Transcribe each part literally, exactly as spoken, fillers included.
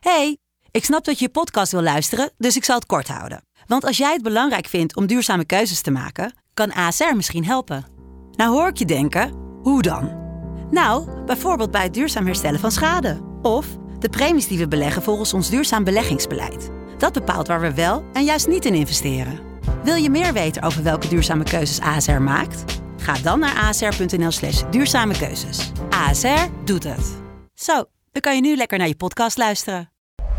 Hey, ik snap dat je je podcast wil luisteren, dus ik zal het kort houden. Want als jij het belangrijk vindt om duurzame keuzes te maken, kan A S R misschien helpen. Nou hoor ik je denken, hoe dan? Nou, bijvoorbeeld bij het duurzaam herstellen van schade. Of de premies die we beleggen volgens ons duurzaam beleggingsbeleid. Dat bepaalt waar we wel en juist niet in investeren. Wil je meer weten over welke duurzame keuzes A S R maakt? Ga dan naar asr.nl slash duurzame keuzes. A S R doet het. Zo, dan kan je nu lekker naar je podcast luisteren.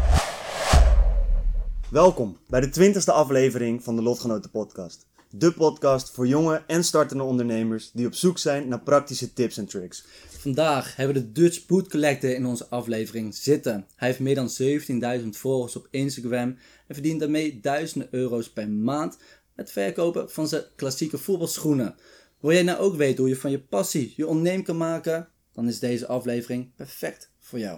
Welkom bij de twintigste aflevering van de Lotgenoten podcast. De podcast voor jonge en startende ondernemers die op zoek zijn naar praktische tips en tricks. Vandaag hebben we de Dutch Boot Collector in onze aflevering zitten. Hij heeft meer dan zeventienduizend volgers op Instagram en verdient daarmee duizenden euro's per maand met verkopen van zijn klassieke voetbalschoenen. Wil jij nou ook weten hoe je van je passie je onderneming kan maken? Dan is deze aflevering perfect voor jou.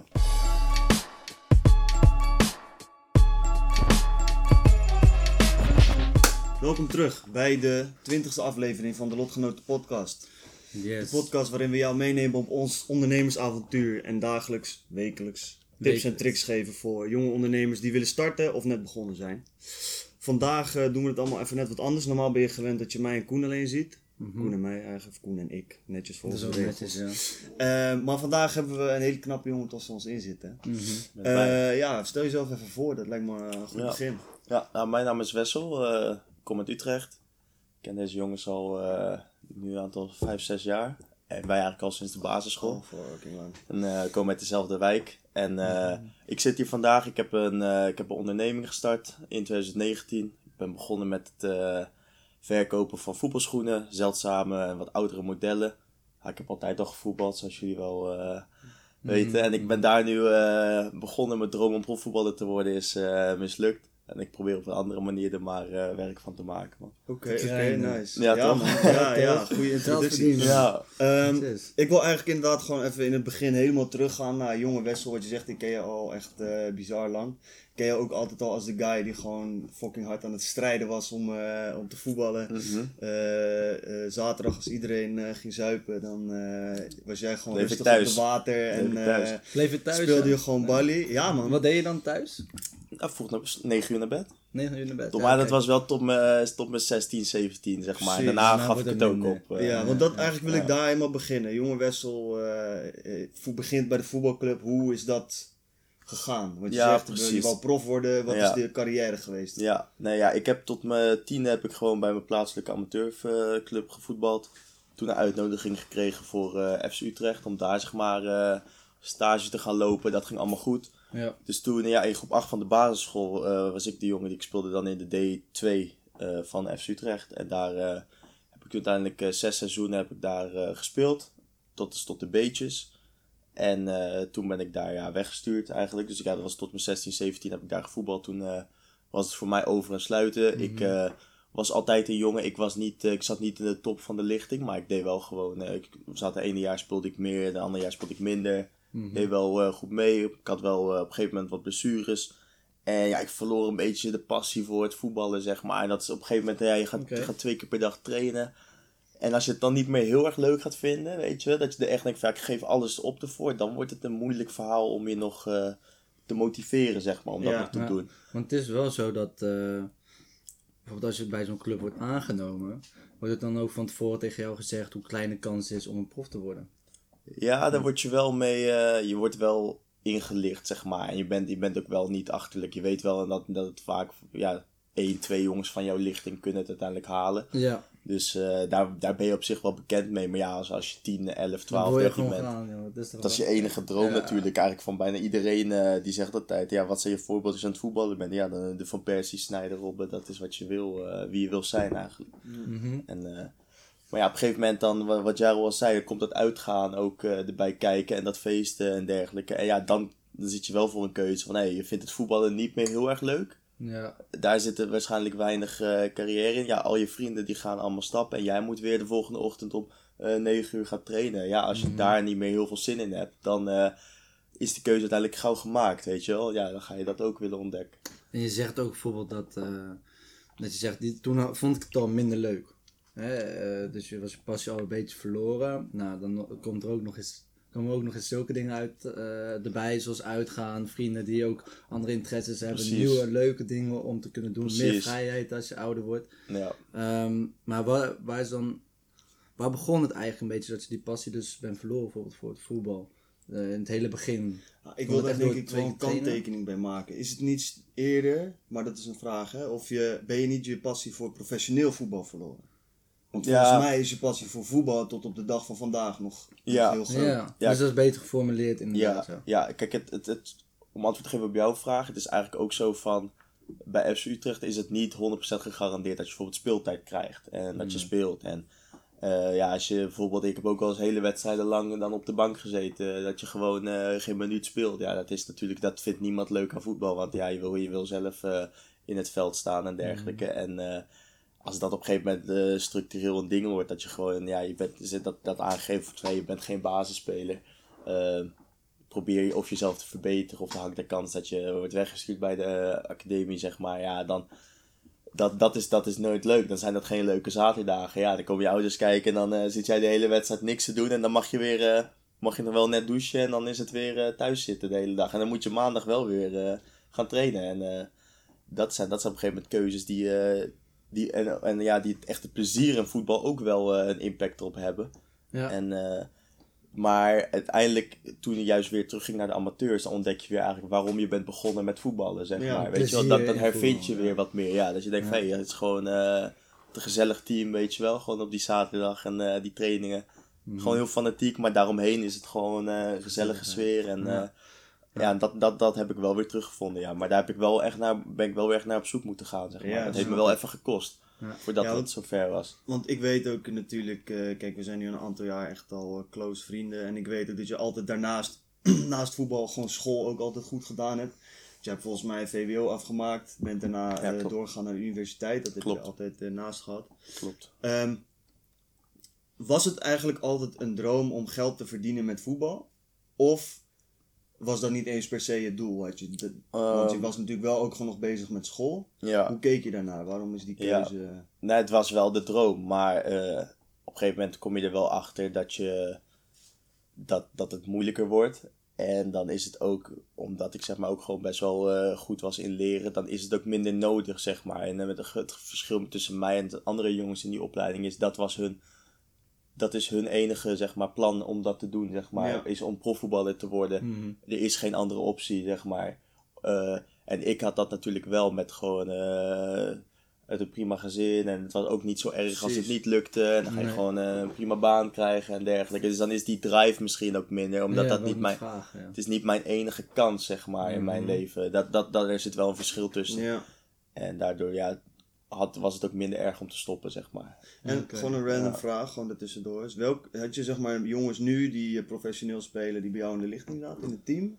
Welkom terug bij de twintigste aflevering van de Lotgenoten podcast. Yes. De podcast waarin we jou meenemen op ons ondernemersavontuur en dagelijks, wekelijks tips Wekelijks. en tricks geven voor jonge ondernemers die willen starten of net begonnen zijn. Vandaag uh, doen we het allemaal even net wat anders. Normaal ben je gewend dat je mij en Koen alleen ziet. Mm-hmm. Koen en mij eigenlijk, of Koen en ik, netjes volgens de regels. Netjes, ja. Uh, maar vandaag hebben we een hele knappe jongen tussen ons in zitten. Mm-hmm. Uh, ja, stel jezelf even voor, dat lijkt me een goed ja. begin. Ja, nou, mijn naam is Wessel, uh, ik kom uit Utrecht. Ik ken deze jongens al uh, nu een aantal vijf, zes jaar. En wij eigenlijk al sinds de basisschool. Oh, fucking lang. En uh, ik kom uit dezelfde wijk. En uh, mm-hmm. ik zit hier vandaag, ik heb, een, uh, ik heb een onderneming gestart in twintig negentien. Ik ben begonnen met het uh, verkopen van voetbalschoenen, zeldzame en wat oudere modellen. Ja, ik heb altijd al gevoetbald, zoals jullie wel uh, weten. Mm-hmm. En ik ben daar nu uh, begonnen, mijn droom om profvoetballer te worden is uh, mislukt. En ik probeer op een andere manier er maar uh, werk van te maken. Oké, oké, okay, nice. Ja, ja toch? Man. Ja, ja, goede introductie. Ja. Um, ik wil eigenlijk inderdaad gewoon even in het begin helemaal teruggaan naar jonge Wessel. Wat je zegt, ik ken je al echt uh, bizar lang. Ik ken je ook altijd al als de guy die gewoon fucking hard aan het strijden was om, uh, om te voetballen. Mm-hmm. Uh, uh, zaterdag als iedereen uh, ging zuipen, dan uh, was jij gewoon Bleef rustig op het water. En uh, Bleef je thuis, speelde je ja? gewoon ballie. Ja man. Wat deed je dan thuis? Nou, vroeg nog negen uur naar bed. negen uur naar bed. Tot, ja, maar okay. dat was wel tot mijn, tot mijn zestien, zeventien, zeg maar. En daarna nou, gaf ik het ook minder. op. Uh, ja, want dat, eigenlijk wil ja. ik daar helemaal beginnen. Jonge Wessel uh, begint bij de voetbalclub. Hoe is dat gegaan? Want je ja, zegt, precies. je wou prof worden. Wat ja. is de carrière geweest? Ja, nee, ja, ik heb tot mijn tiende heb ik gewoon bij mijn plaatselijke amateurclub gevoetbald. Toen een uitnodiging gekregen voor uh, F C Utrecht. Om daar zeg maar uh, stage te gaan lopen. Dat ging allemaal goed. Ja. Dus toen ja, in groep acht van de basisschool uh, was ik de jongen die ik speelde dan in de D twee uh, van F C Utrecht. En daar uh, heb ik uiteindelijk uh, zes seizoenen heb ik daar uh, gespeeld. Tot, dus tot de B'tjes. En uh, toen ben ik daar ja, weggestuurd eigenlijk. Dus ja, dat was tot mijn zestien, zeventien heb ik daar gevoetbald. Toen uh, was het voor mij over en sluiten. Mm-hmm. Ik uh, was altijd een jongen. Ik, was niet, uh, ik zat niet in de top van de lichting. Maar ik deed wel gewoon. Uh, ik zat het ene jaar speelde ik meer. Het andere jaar speelde ik minder. Mm-hmm. Deed wel uh, goed mee. Ik had wel uh, op een gegeven moment wat blessures. En ja, ik verloor een beetje de passie voor het voetballen, zeg maar. En dat is op een gegeven moment, ja, je gaat, okay. je gaat twee keer per dag trainen. En als je het dan niet meer heel erg leuk gaat vinden, weet je, dat je er echt denkt van, ja, ik geef alles op ervoor. Dan wordt het een moeilijk verhaal om je nog uh, te motiveren, zeg maar, om ja, dat nog te ja. doen. Want het is wel zo dat, uh, bijvoorbeeld als je bij zo'n club wordt aangenomen, wordt het dan ook van tevoren tegen jou gezegd hoe klein de kans is om een prof te worden? Ja, daar word je wel mee, uh, je wordt wel ingelicht, zeg maar. En je bent, je bent ook wel niet achterlijk. Je weet wel dat, dat het vaak, ja, één, twee jongens van jouw lichting kunnen het uiteindelijk halen. Ja. Dus uh, daar, daar ben je op zich wel bekend mee. Maar ja, als, als je tien, elf, twaalf, dertien bent. Gaan, ja, dat is, dat is je enige droom ja. natuurlijk. Eigenlijk van bijna iedereen uh, die zegt altijd. Ja, wat zijn je voorbeelden als je aan het voetballen bent? Ja, de, de Van Persie, Sneijder, Robben. Dat is wat je wil. Uh, wie je wil zijn eigenlijk. Mm-hmm. En, uh, maar ja, op een gegeven moment dan, wat Jaro al zei. Komt dat uitgaan ook uh, erbij kijken. En dat feesten en dergelijke. En ja, dan, dan zit je wel voor een keuze. Van hé, hey, je vindt het voetballen niet meer heel erg leuk. Ja. Daar zit er waarschijnlijk weinig uh, carrière in. Ja, al je vrienden die gaan allemaal stappen. En jij moet weer de volgende ochtend om uh, negen uur gaan trainen. Ja, als je mm-hmm. daar niet meer heel veel zin in hebt, dan uh, is de keuze uiteindelijk gauw gemaakt, weet je wel. Ja, dan ga je dat ook willen ontdekken. En je zegt ook bijvoorbeeld dat, uh, dat je zegt, die, toen vond ik het al minder leuk. Hè? Uh, dus je was je passie al een beetje verloren. Nou, dan komt er ook nog eens komen ook nog eens zulke dingen uit, uh, erbij, zoals uitgaan, vrienden die ook andere interesses hebben, Precies. nieuwe leuke dingen om te kunnen doen, Precies. meer vrijheid als je ouder wordt. Ja. Um, maar waar, waar is dan, waar begon het eigenlijk een beetje dat je die passie dus bent verloren, bijvoorbeeld voor het voetbal? Uh, in het hele begin. Nou, ik Komt wil het daar echt denk door ik wel twee een keer trainen? kanttekening bij maken. Is het niet eerder, maar dat is een vraag, hè? Of je, ben je niet je passie voor professioneel voetbal verloren? Want Ja. volgens mij is je passie voor voetbal tot op de dag van vandaag nog, nog Ja. heel groot. Ja, Ja. dus dat is beter geformuleerd inderdaad. Ja, Ja. ja, kijk, het, het, het, om antwoord te geven op jouw vraag, het is eigenlijk ook zo van, bij F C Utrecht is het niet honderd procent gegarandeerd dat je bijvoorbeeld speeltijd krijgt en dat je speelt. En uh, ja, als je bijvoorbeeld, ik heb ook al eens hele wedstrijden lang dan op de bank gezeten, dat je gewoon uh, geen minuut speelt. Ja, dat is natuurlijk, dat vindt niemand leuk aan voetbal, want ja, je wil, je wil zelf uh, in het veld staan en dergelijke. Mm. En uh, als dat op een gegeven moment uh, structureel een ding wordt, dat je gewoon, ja, je bent, dat, dat aangegeven voor twee, je bent geen basisspeler. Uh, probeer je of jezelf te verbeteren, of dan hangt de kans dat je wordt weggestuurd bij de uh, academie, zeg maar. Ja, dan, dat, dat, is, dat is nooit leuk. Dan zijn dat geen leuke zaterdagen. Ja, dan komen je ouders kijken en dan uh, zit jij de hele wedstrijd niks te doen. En dan mag je weer, uh, mag je nog wel net douchen en dan is het weer uh, thuis zitten de hele dag. En dan moet je maandag wel weer uh, gaan trainen. En uh, dat, zijn, dat zijn op een gegeven moment keuzes die, uh, die, en, en, ja, die het echte plezier in voetbal ook wel uh, een impact erop hebben. Ja. En... Uh, Maar uiteindelijk, toen je juist weer terugging naar de amateurs, dan ontdek je weer eigenlijk waarom je bent begonnen met voetballen, zeg Ja, maar. Weet je wel, plezier dat, dan in hervind je voetbal, weer ja. wat meer. Ja, dat je denkt, Ja. van, hey, het is gewoon uh, een gezellig team, weet je wel. Gewoon op die zaterdag en uh, die trainingen. Mm. Gewoon heel fanatiek, maar daaromheen is het gewoon uh, een gezellige sfeer. En uh, Ja. ja, ja dat, dat, dat heb ik wel weer teruggevonden, ja. Maar daar heb ik wel echt naar, ben ik wel weer echt naar op zoek moeten gaan, zeg maar. Ja, dat heeft me snap wel ik. even gekost, Ja. voordat Ja, het want- zover was. Want ik weet ook natuurlijk, uh, kijk, we zijn nu een aantal jaar echt al uh, close vrienden. En ik weet ook dat je altijd daarnaast, naast voetbal, gewoon school ook altijd goed gedaan hebt. Dus je hebt volgens mij V W O afgemaakt, bent daarna Ja, uh, klopt. doorgegaan naar de universiteit. Dat heb Klopt. je altijd uh, naast gehad. Klopt. Um, was het eigenlijk altijd een droom om geld te verdienen met voetbal? Of was dat niet eens per se het doel? Had je dat, want je Um, was natuurlijk wel ook gewoon nog bezig met school. Ja. Hoe keek je daarnaar? Waarom is die Ja. keuze... Nee, het was wel de droom, maar uh, op een gegeven moment kom je er wel achter dat, je, dat, dat het moeilijker wordt. En dan is het ook, omdat ik zeg maar ook gewoon best wel uh, goed was in leren, dan is het ook minder nodig, zeg maar. En uh, met het, het verschil tussen mij en de andere jongens in die opleiding is, dat was hun, dat is hun enige, zeg maar, plan om dat te doen, zeg maar. Ja. Is om profvoetballer te worden. Mm. Er is geen andere optie, zeg maar. Uh, en ik had dat natuurlijk wel met gewoon uh, uit een prima gezin. En het was ook niet zo erg als het Precies. niet lukte. En dan ga je Nee. gewoon uh, een prima baan krijgen en dergelijke. Dus dan is die drive misschien ook minder. Omdat Ja, dat wou niet ik mijn... vragen, ja. Het is niet mijn enige kans, zeg maar, in mijn Mhm. leven. Dat, dat, dat, er zit wel een verschil tussen. Ja. En daardoor, ja, had, was het ook minder erg om te stoppen, zeg maar. En Oké. gewoon een random Ja. vraag, gewoon ertussendoor is. Welk, had je zeg maar jongens nu die uh, professioneel spelen, die bij jou in de lichting zaten in het team?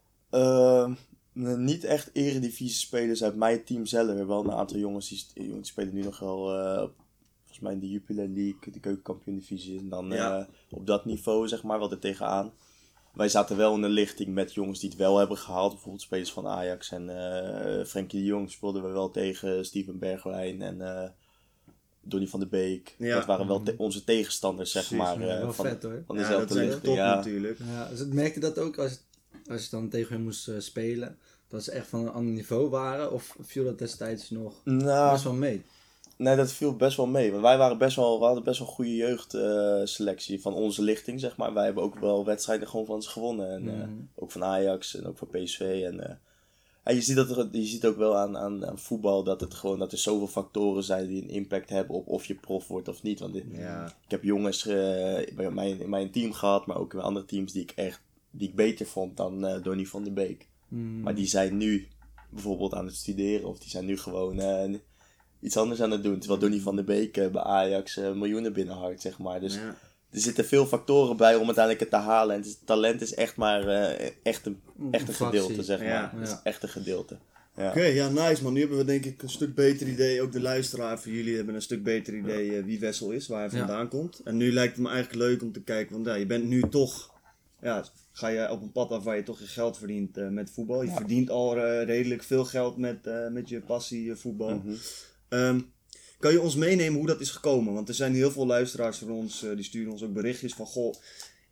Uh, niet echt eredivisie spelers uit mijn team zelf. We hebben wel een aantal jongens die, st- die spelen nu nog wel, uh, volgens mij in de Jupiler League, de keukenkampioen divisie. En dan Ja. uh, op dat niveau, zeg maar, wel er tegenaan. Wij zaten wel in een lichting met jongens die het wel hebben gehaald. Bijvoorbeeld spelers van Ajax en uh, Frenkie de Jong speelden we wel tegen, Steven Bergwijn en uh, Donny van der Beek. Ja. Dat waren wel te- onze tegenstanders, zeg Precies, maar, ja, uh, wel van, vet, hoor. van Ja, dezelfde dat is echt lichting. top Ja. natuurlijk. Ja, dus merkte dat ook als, als je dan tegen hen moest uh, spelen, dat ze echt van een ander niveau waren? Of viel dat destijds nog Nou, best wel mee? Nee, dat viel best wel mee. Want wij waren best wel, we hadden best wel een goede jeugdselectie uh, van onze lichting, zeg maar. Wij hebben ook wel wedstrijden gewoon van ze gewonnen. En, uh, Mhm. ook van Ajax en ook van P S V. En, uh, en je, ziet dat er, je ziet ook wel aan, aan, aan voetbal dat, het gewoon, dat er zoveel factoren zijn die een impact hebben op of je prof wordt of niet. Want ik, Ja. ik heb jongens uh, bij mijn, in mijn team gehad, maar ook in andere teams die ik echt die ik beter vond dan uh, Donny van der Beek. Mm. Maar die zijn nu bijvoorbeeld aan het studeren of die zijn nu gewoon uh, iets anders aan het doen. Terwijl Donny van der Beek uh, bij Ajax uh, miljoenen binnenharkt, zeg maar. Dus Ja. er zitten veel factoren bij om uiteindelijk het te halen. En het is, talent is echt maar uh, echt een, echt een Fractie. gedeelte, zeg maar. Ja. Het is Ja. echt een gedeelte. Ja. Oké, ja, nice man. Nu hebben we denk ik een stuk beter idee. Ook de luisteraar van jullie hebben een stuk beter idee uh, wie Wessel is, waar hij Ja. vandaan komt. En nu lijkt het me eigenlijk leuk om te kijken, want ja, je bent nu toch, ja, ga je op een pad af waar je toch je geld verdient uh, met voetbal. Je Ja. verdient al uh, redelijk veel geld met, uh, met je passie uh, voetbal. Mhm. Um, kan je ons meenemen hoe dat is gekomen? Want er zijn heel veel luisteraars van ons, uh, die sturen ons ook berichtjes van, goh,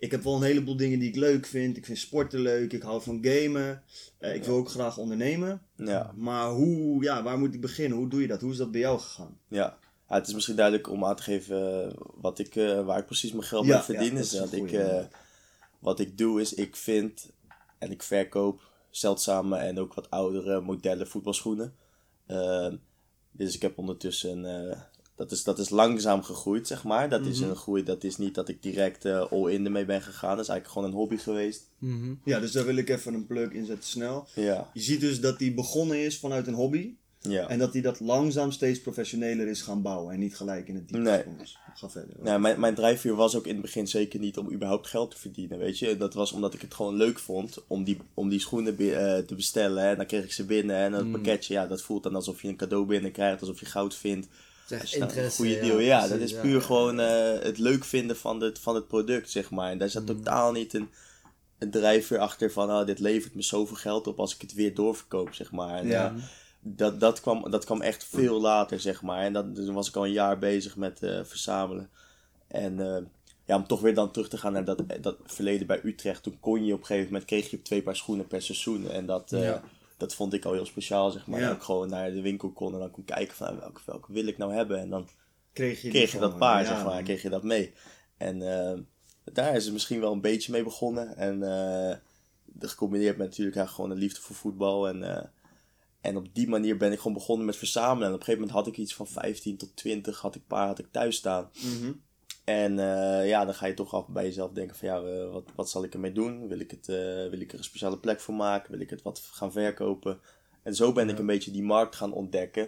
ik heb wel een heleboel dingen die ik leuk vind. Ik vind sporten leuk, ik hou van gamen. Uh, ik wil ook graag ondernemen. Ja. Maar hoe, ja, waar moet ik beginnen? Hoe doe je dat? Hoe is dat bij jou gegaan? Ja. Ja, het is misschien duidelijk om aan te geven uh, wat ik, uh, waar ik precies mijn geld ja, mee verdien. Ja, is dat goeie, ik, uh, wat ik doe is, ik vind en ik verkoop zeldzame en ook wat oudere modellen voetbalschoenen. Uh, dus ik heb ondertussen, uh, dat, is, dat is langzaam gegroeid, zeg maar. Dat mm-hmm. is een groei, dat is niet dat ik direct uh, all-in ermee ben gegaan. Dat is eigenlijk gewoon een hobby geweest. Mm-hmm. Ja, dus daar wil ik even een plug in zetten snel. Ja. Je ziet dus dat die begonnen is vanuit een hobby. Ja. En dat hij dat langzaam steeds professioneler is gaan bouwen. En niet gelijk in het diepe. Nee. Ga verder. Nee, mijn, mijn drijfveer was ook in het begin zeker niet om überhaupt geld te verdienen, weet je. Dat was omdat ik het gewoon leuk vond om die, om die schoenen be- uh, te bestellen. En dan kreeg ik ze binnen. En dat mm. pakketje, ja, dat voelt dan alsof je een cadeau binnenkrijgt. Alsof je goud vindt. Zeg, je interesse, een goede ja, deal. Ja, precies, dat is ja, puur ja, gewoon ja. Uh, het leuk vinden van het, van het product, zeg maar. En daar zat Mm. totaal niet een, een drijfveer achter van, oh, dit levert me zoveel geld op als ik het weer doorverkoop, zeg maar. En, ja. uh, Dat, dat, kwam, dat kwam echt veel later, zeg maar. En dat, toen was ik al een jaar bezig met uh, verzamelen. En uh, ja, om toch weer dan terug te gaan naar dat, dat verleden bij Utrecht. Toen kon je op een gegeven moment, kreeg je twee paar schoenen per seizoen. En dat, uh, ja. dat vond ik al heel speciaal, zeg maar. Ja. Dat ik gewoon naar de winkel kon en dan kon kijken van welke, welke wil ik nou hebben. En dan kreeg je, kreeg je dat paar, ja, zeg maar. Kreeg je dat mee. En uh, daar is het misschien wel een beetje mee begonnen. En uh, gecombineerd met natuurlijk ja, gewoon een liefde voor voetbal en... Uh, En op die manier ben ik gewoon begonnen met verzamelen. En op een gegeven moment had ik iets van vijftien tot twintig had ik paar had ik thuis staan. Mm-hmm. En uh, ja, dan ga je toch af bij jezelf denken van ja, uh, wat, wat zal ik ermee doen? Wil ik, het, uh, wil ik er een speciale plek voor maken? Wil ik het wat gaan verkopen? En zo ben ja. ik een beetje die markt gaan ontdekken.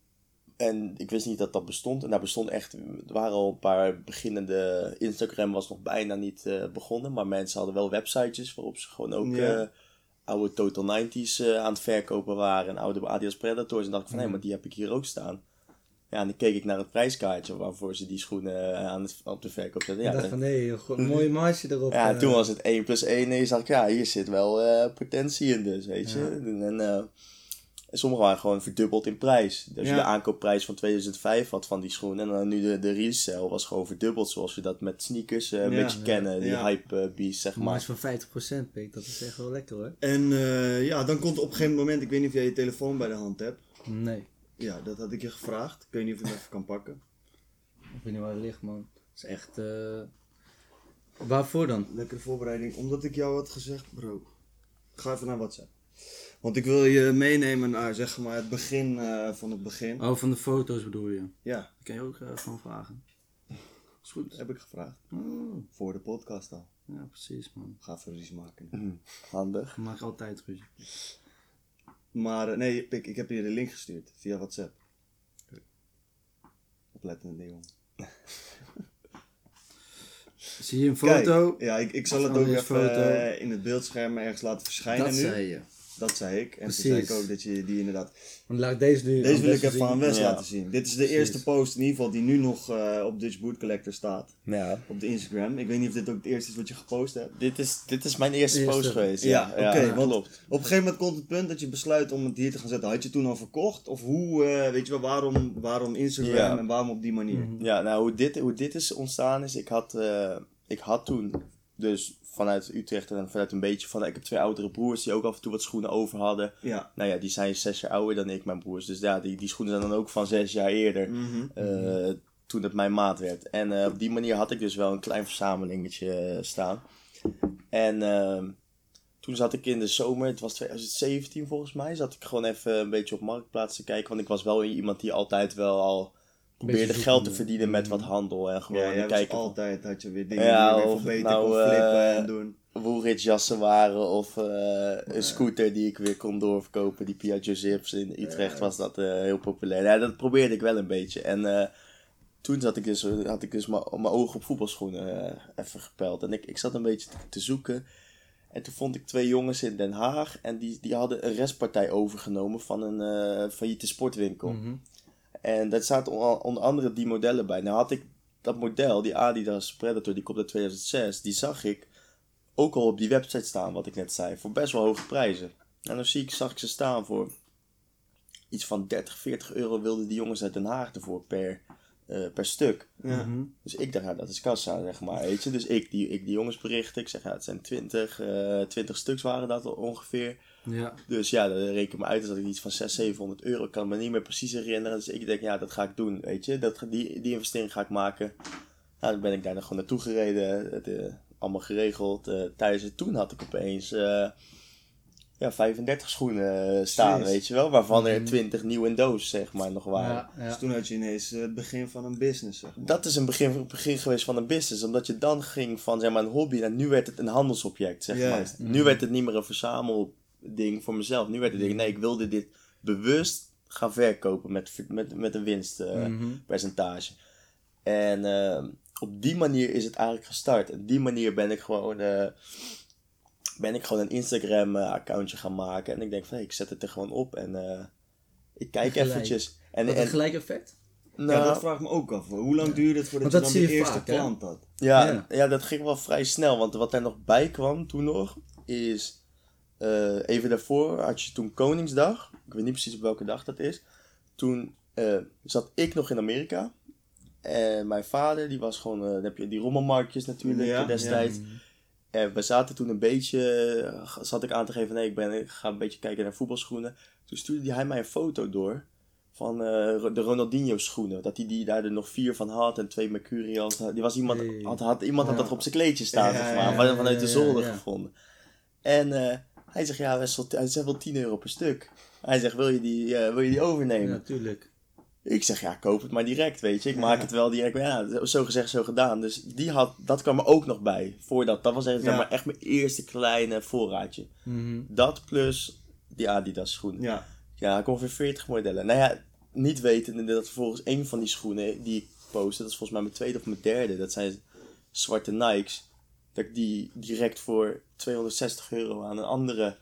En ik wist niet dat dat bestond. En daar bestond echt, er waren al een paar beginnende, Instagram was nog bijna niet uh, begonnen. Maar mensen hadden wel websitejes waarop ze gewoon ook... Ja. Uh, oude Total nineties uh, aan het verkopen waren en oude Adidas Predators. En dacht ik van, hé, hey, maar die heb ik hier ook staan. Ja, en dan keek ik naar het prijskaartje waarvoor ze die schoenen uh, aan het, op de verkoop zetten. Ja, ik dacht van, nee, een mooie marge erop. Ja, uh... toen was het één plus één en je zag, ja, hier zit wel uh, potentie in dus, weet je. Ja. En uh, sommige waren gewoon verdubbeld in prijs. Dus ja. de aankoopprijs van tweeduizend vijf had van die schoenen. En dan nu de, de resale was gewoon verdubbeld. Zoals we dat met sneakers uh, een ja, beetje ja, kennen. Die ja. hype uh, beast, zeg maar. Maar is van vijftig procent, Pik. Dat is echt wel lekker, hoor. En uh, ja, dan komt op een gegeven moment... Ik weet niet of jij je telefoon bij de hand hebt. Nee. Ja, dat had ik je gevraagd. Ik weet niet of je hem even kan pakken. Ik weet niet waar het ligt, man. Het is echt... Uh... Waarvoor dan? Lekkere voorbereiding. Omdat ik jou had gezegd, bro. Ik ga even naar WhatsApp. Want ik wil je meenemen naar, zeg maar, het begin uh, van het begin. Oh, van de foto's bedoel je? Ja. Dat kan je ook uh, gewoon vragen. Is goed. Dat heb ik gevraagd. Oh. Voor de podcast al. Ja, precies, man. Ga even ruzie maken. Mm, handig. Ik maak altijd ruzie. Maar, uh, nee, Pik, ik heb je de link gestuurd. Via WhatsApp. Oplettende ding. Zie je een foto? Kijk, ja, ik, ik zal het ook even uh, in het beeldscherm ergens laten verschijnen dat nu. Dat zei je. Dat zei ik. En Precies. toen zei ik ook dat je die inderdaad... Want laat deze nu deze wil ik even aan Wes ja. laten zien. Dit is de Precies. eerste post in ieder geval die nu nog uh, op Dutch Boot Collector staat. Ja. Op de Instagram. Ik weet niet of dit ook het eerste is wat je gepost hebt. Dit is, dit is mijn eerste, eerste. post geweest. Ja, ja oké. Okay, ja, want klopt. Op een gegeven moment komt het punt dat je besluit om het hier te gaan zetten. Had je toen al verkocht? Of hoe, uh, weet je wel, waarom, waarom Instagram ja. en waarom op die manier? Mm-hmm. Ja, nou hoe dit, hoe dit is ontstaan is, ik had, uh, ik had toen dus vanuit Utrecht en vanuit een beetje van, ik heb twee oudere broers die ook af en toe wat schoenen over hadden. Ja. Nou ja, die zijn zes jaar ouder dan ik, mijn broers. Dus ja, die, die schoenen zijn dan ook van zes jaar eerder, mm-hmm. uh, toen het mijn maat werd. En uh, op die manier had ik dus wel een klein verzamelingetje uh, staan. En uh, toen zat ik in de zomer, het was twintig zeventien volgens mij, zat ik gewoon even een beetje op Marktplaats te kijken. Want ik was wel iemand die altijd wel al probeerde geld te verdienen met wat handel en gewoon ja, ja, kijken. Was altijd had je weer dingen ja, die je weer voor beter nou, kon flippen uh, en doen. Woolrich jassen waren of uh, een scooter die ik weer kon doorverkopen. Die Piaggio Zips in Utrecht was dat uh, heel populair. Ja, dat probeerde ik wel een beetje. En uh, toen zat ik dus, had ik dus mijn ogen op voetbalschoenen uh, even gepeld. En ik, ik zat een beetje te, te zoeken. En toen vond ik twee jongens in Den Haag. En die, die hadden een restpartij overgenomen van een uh, failliete sportwinkel. Mm-hmm. En daar zaten onder andere die modellen bij. Nou had ik dat model, die Adidas Predator, die komt uit tweeduizend zes. Die zag ik ook al op die website staan, wat ik net zei. Voor best wel hoge prijzen. En dan zie ik, zag ik ze staan voor iets van dertig, veertig euro wilden die jongens uit Den Haag ervoor per uh, per stuk. Ja. Mm-hmm. Dus ik dacht, ja, dat is kassa, zeg maar, weet je. Dus ik die, ik die jongens berichten. Ik zeg, ja, het zijn twintig, uh, twintig stuks waren dat ongeveer. Ja. Dus ja, dan reken ik me uit dat ik iets van zeshonderd, zevenhonderd euro. Ik kan me niet meer precies herinneren. Dus ik denk, ja, dat ga ik doen, weet je. Dat, die, die investering ga ik maken. Nou, dan ben ik daar dan gewoon naartoe gereden. Het, uh, allemaal geregeld. Uh, thuis en toen had ik opeens uh, ja, vijfendertig schoenen staan, Jeez. weet je wel. Waarvan er Mhm. twintig nieuw in doos, zeg maar, nog waren. Ja, ja. Dus toen had je ineens uh, het begin van een business, zeg maar. Dat is een begin, begin geweest van een business. Omdat je dan ging van, zeg maar, een hobby. En nu werd het een handelsobject, zeg Juist. maar. Nu werd het niet meer een verzamelding voor mezelf. Nu werd het ding, nee, ik wilde dit bewust gaan verkopen met, met, met een winstpercentage. Uh, Mhm. En uh, op die manier is het eigenlijk gestart. En die manier ben ik gewoon, uh, ben ik gewoon een Instagram uh, accountje gaan maken. En ik denk van, hey, ik zet het er gewoon op en uh, ik kijk Gelijk. eventjes. En, Had en, een gelijk effect? nou, Ja, dat vraag ik me ook af. Hoe lang duurde het voordat Want je dat dan de zie je eerste vaak, hè? klant had? Ja, Ja. ja, dat ging wel vrij snel. Want wat er nog bij kwam toen nog, is uh, even daarvoor had je toen Koningsdag. Ik weet niet precies op welke dag dat is. Toen uh, zat ik nog in Amerika. En mijn vader, die was gewoon, uh, dan heb je die rommelmarktjes natuurlijk Ja, destijds. Ja. En we zaten toen een beetje, uh, zat ik aan te geven, nee, ik, ben, ik ga een beetje kijken naar voetbalschoenen. Toen stuurde hij mij een foto door van uh, de Ronaldinho schoenen. Dat hij die daar er nog vier van had en twee Mercurials. Die was iemand, Hey. had, had, iemand had Ja. dat op zijn kleedje staan, Ja, zeg ja, maar, ja, vanuit de ja, zolder ja. gevonden. En uh, hij zegt, ja, Wessel, hij zegt wel tien euro per stuk. Hij zegt, wil je die, uh, wil je die overnemen? Ja, natuurlijk. Ik zeg, ja, koop het maar direct, weet je. Ik maak Ja. het wel direct. Maar ja, zo gezegd, zo gedaan. Dus die had, dat kwam er ook nog bij. Voordat, dat was echt, zeg Ja. maar, echt mijn eerste kleine voorraadje. Mhm. Dat plus die Adidas schoenen. Ja. Ja, ik ongeveer veertig modellen. Nou ja, niet wetende dat vervolgens één van die schoenen die ik postte, dat is volgens mij mijn tweede of mijn derde. Dat zijn zwarte Nikes. Dat ik die direct voor tweehonderdzestig euro aan een andere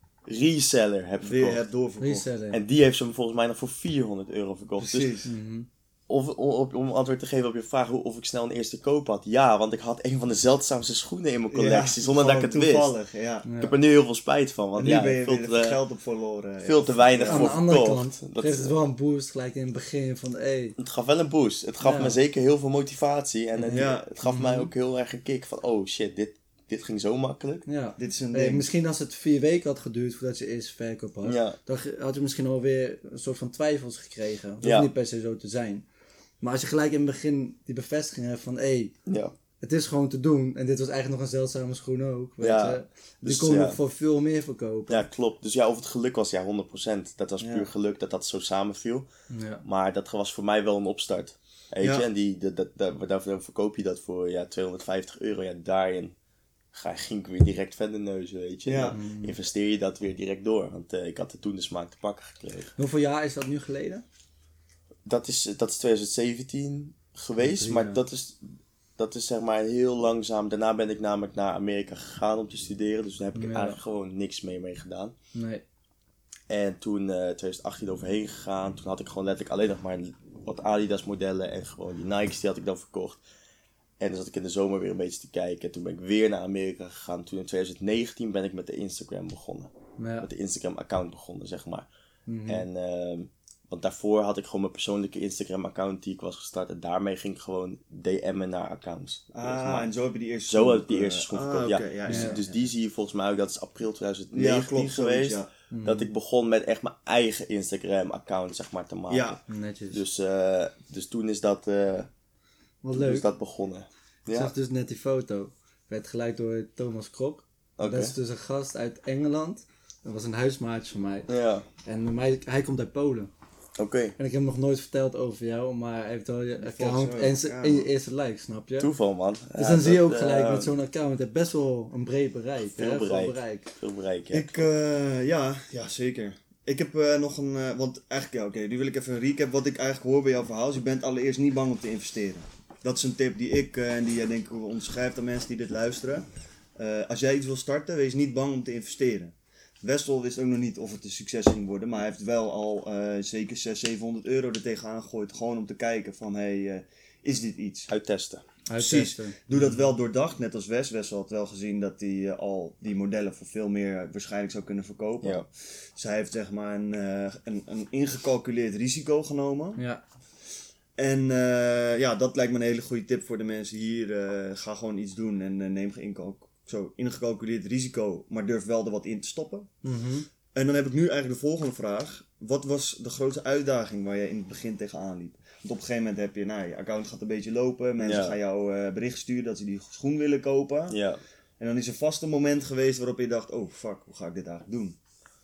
reseller heb Weer verkocht. het doorverkocht. Resellen. En die heeft ze me volgens mij nog voor vierhonderd euro verkocht. Dus Precies. Mhm. Of, om, om antwoord te geven op je vraag hoe, of ik snel een eerste koop had. Ja, want ik had een van de zeldzaamste schoenen in mijn collectie. Ja, zonder dat ik gewoon het wist. toevallig, ja. Ja. Ik heb er nu heel veel spijt van. Want En nu ja, ben je veel, weer te, geld op verloren. veel ja. te weinig Ja. Aan voor de andere verkocht. kant Dat- geeft het wel een boost gelijk in het begin van, hey, Het gaf wel een boost. Het gaf Ja. me zeker heel veel motivatie. En het, Ja. het gaf mij Mhm. ook heel erg een kick van... Oh shit, dit, dit ging zo makkelijk. ja. Dit is een Hey, ding. misschien als het vier weken had geduurd voordat je eerst verkoop had, Ja. dan ge- had je misschien alweer een soort van twijfels gekregen. Dat Ja. hoeft niet per se zo te zijn. Maar als je gelijk in het begin die bevestiging hebt van, hé, hey, Ja. het is gewoon te doen. En dit was eigenlijk nog een zeldzame schoen ook, weet Ja. je. Die Dus, kon je ja. nog voor veel meer verkopen. Ja, klopt. Dus ja, of het geluk was, ja, honderd procent. Dat was Ja. puur geluk dat dat zo samenviel. Ja. Maar dat was voor mij wel een opstart. Weet je, Ja. en die, dat, dat, dat, daarvoor verkoop je dat voor ja, tweehonderdvijftig euro. Ja, daarin ga, ging ik weer direct verder neuzen, weet je. Ja. Dan investeer je dat weer direct door. Want uh, ik had er toen de smaak te pakken gekregen. Hoeveel jaar is dat nu geleden? Dat is, dat is twintig zeventien geweest, Drie maar jaar. dat is, dat is zeg maar heel langzaam. Daarna ben ik namelijk naar Amerika gegaan om te studeren. Dus daar heb ik Ja. eigenlijk gewoon niks mee mee gedaan. Nee. En toen uh, twintig achttien overheen gegaan. Toen had ik gewoon letterlijk alleen nog maar wat Adidas modellen. En gewoon die Nikes die had ik dan verkocht. En dan zat ik in de zomer weer een beetje te kijken. En toen ben ik weer naar Amerika gegaan. Toen in twintig negentien ben ik met de Instagram begonnen. Ja. Met de Instagram account begonnen, zeg maar. Mhm. En, uh, want daarvoor had ik gewoon mijn persoonlijke Instagram account die ik was gestart. En daarmee ging ik gewoon D M'en naar accounts. zeg Ah, maar. en zo heb je die eerste Zo schoen heb ik die ook, eerste eh, schoen ah, verkocht. oké, ja. ja, Dus, ja, dus ja. die zie je volgens mij ook. Dat is april twintig negentien Ja, klopt, geweest. zoiets, ja. Dat ik begon met echt mijn eigen Instagram account, zeg maar, te maken. Ja. Netjes. Dus, uh, dus toen is dat, uh, Wat toen leuk. is dat begonnen. Ik Ja, zag dus net die foto. Werd gelijk door Thomas Krok. oké. Dat is dus een gast uit Engeland. Dat was een huismaatje van mij. Ja, En mij, hij komt uit Polen. oké. En ik heb hem nog nooit verteld over jou, maar hij heeft wel je account zo, en, ze- ja. en je eerste like, snap je? Toeval, man. Dus Ja, dan zie je dat, ook gelijk uh, met zo'n account, het heeft best wel een breed bereik. Veel hè? bereik. Veel bereik. Veel bereik, ja. Ik, eh, ja, ja, zeker. Ik heb eh, nog een, eh, want eigenlijk, ja, oké, nu wil ik even een recap. Wat ik eigenlijk hoor bij jouw verhaal is, je bent allereerst niet bang om te investeren. Dat is een tip die ik, eh, en die jij denk ik onderschrijft aan mensen die dit luisteren. Uh, als jij iets wil starten, wees niet bang om te investeren. Wessel wist ook nog niet of het een succes ging worden, maar hij heeft wel al uh, zeker zeshonderd, zevenhonderd euro er tegenaan gegooid. Gewoon om te kijken van, hé, hey, uh, is dit iets? Uittesten. Precies. Uittesten. Doe dat wel doordacht, net als Wes. Wes had wel gezien dat hij uh, al die modellen voor veel meer uh, waarschijnlijk zou kunnen verkopen. Ja. Dus hij heeft zeg maar een, uh, een, een ingecalculeerd risico genomen. Ja. En uh, ja, dat lijkt me een hele goede tip voor de mensen hier. Uh, ga gewoon iets doen en uh, neem geen inkalk- zo ingecalculeerd risico, maar durf wel er wat in te stoppen. Mm-hmm. En dan heb ik nu eigenlijk de volgende vraag. Wat was de grootste uitdaging waar je in het begin tegenaan liep? Want op een gegeven moment heb je, nou, je account gaat een beetje lopen. Mensen Ja. gaan jou uh, bericht sturen dat ze die schoen willen kopen. Ja. En dan is er vast een moment geweest waarop je dacht, oh fuck, hoe ga ik dit eigenlijk doen?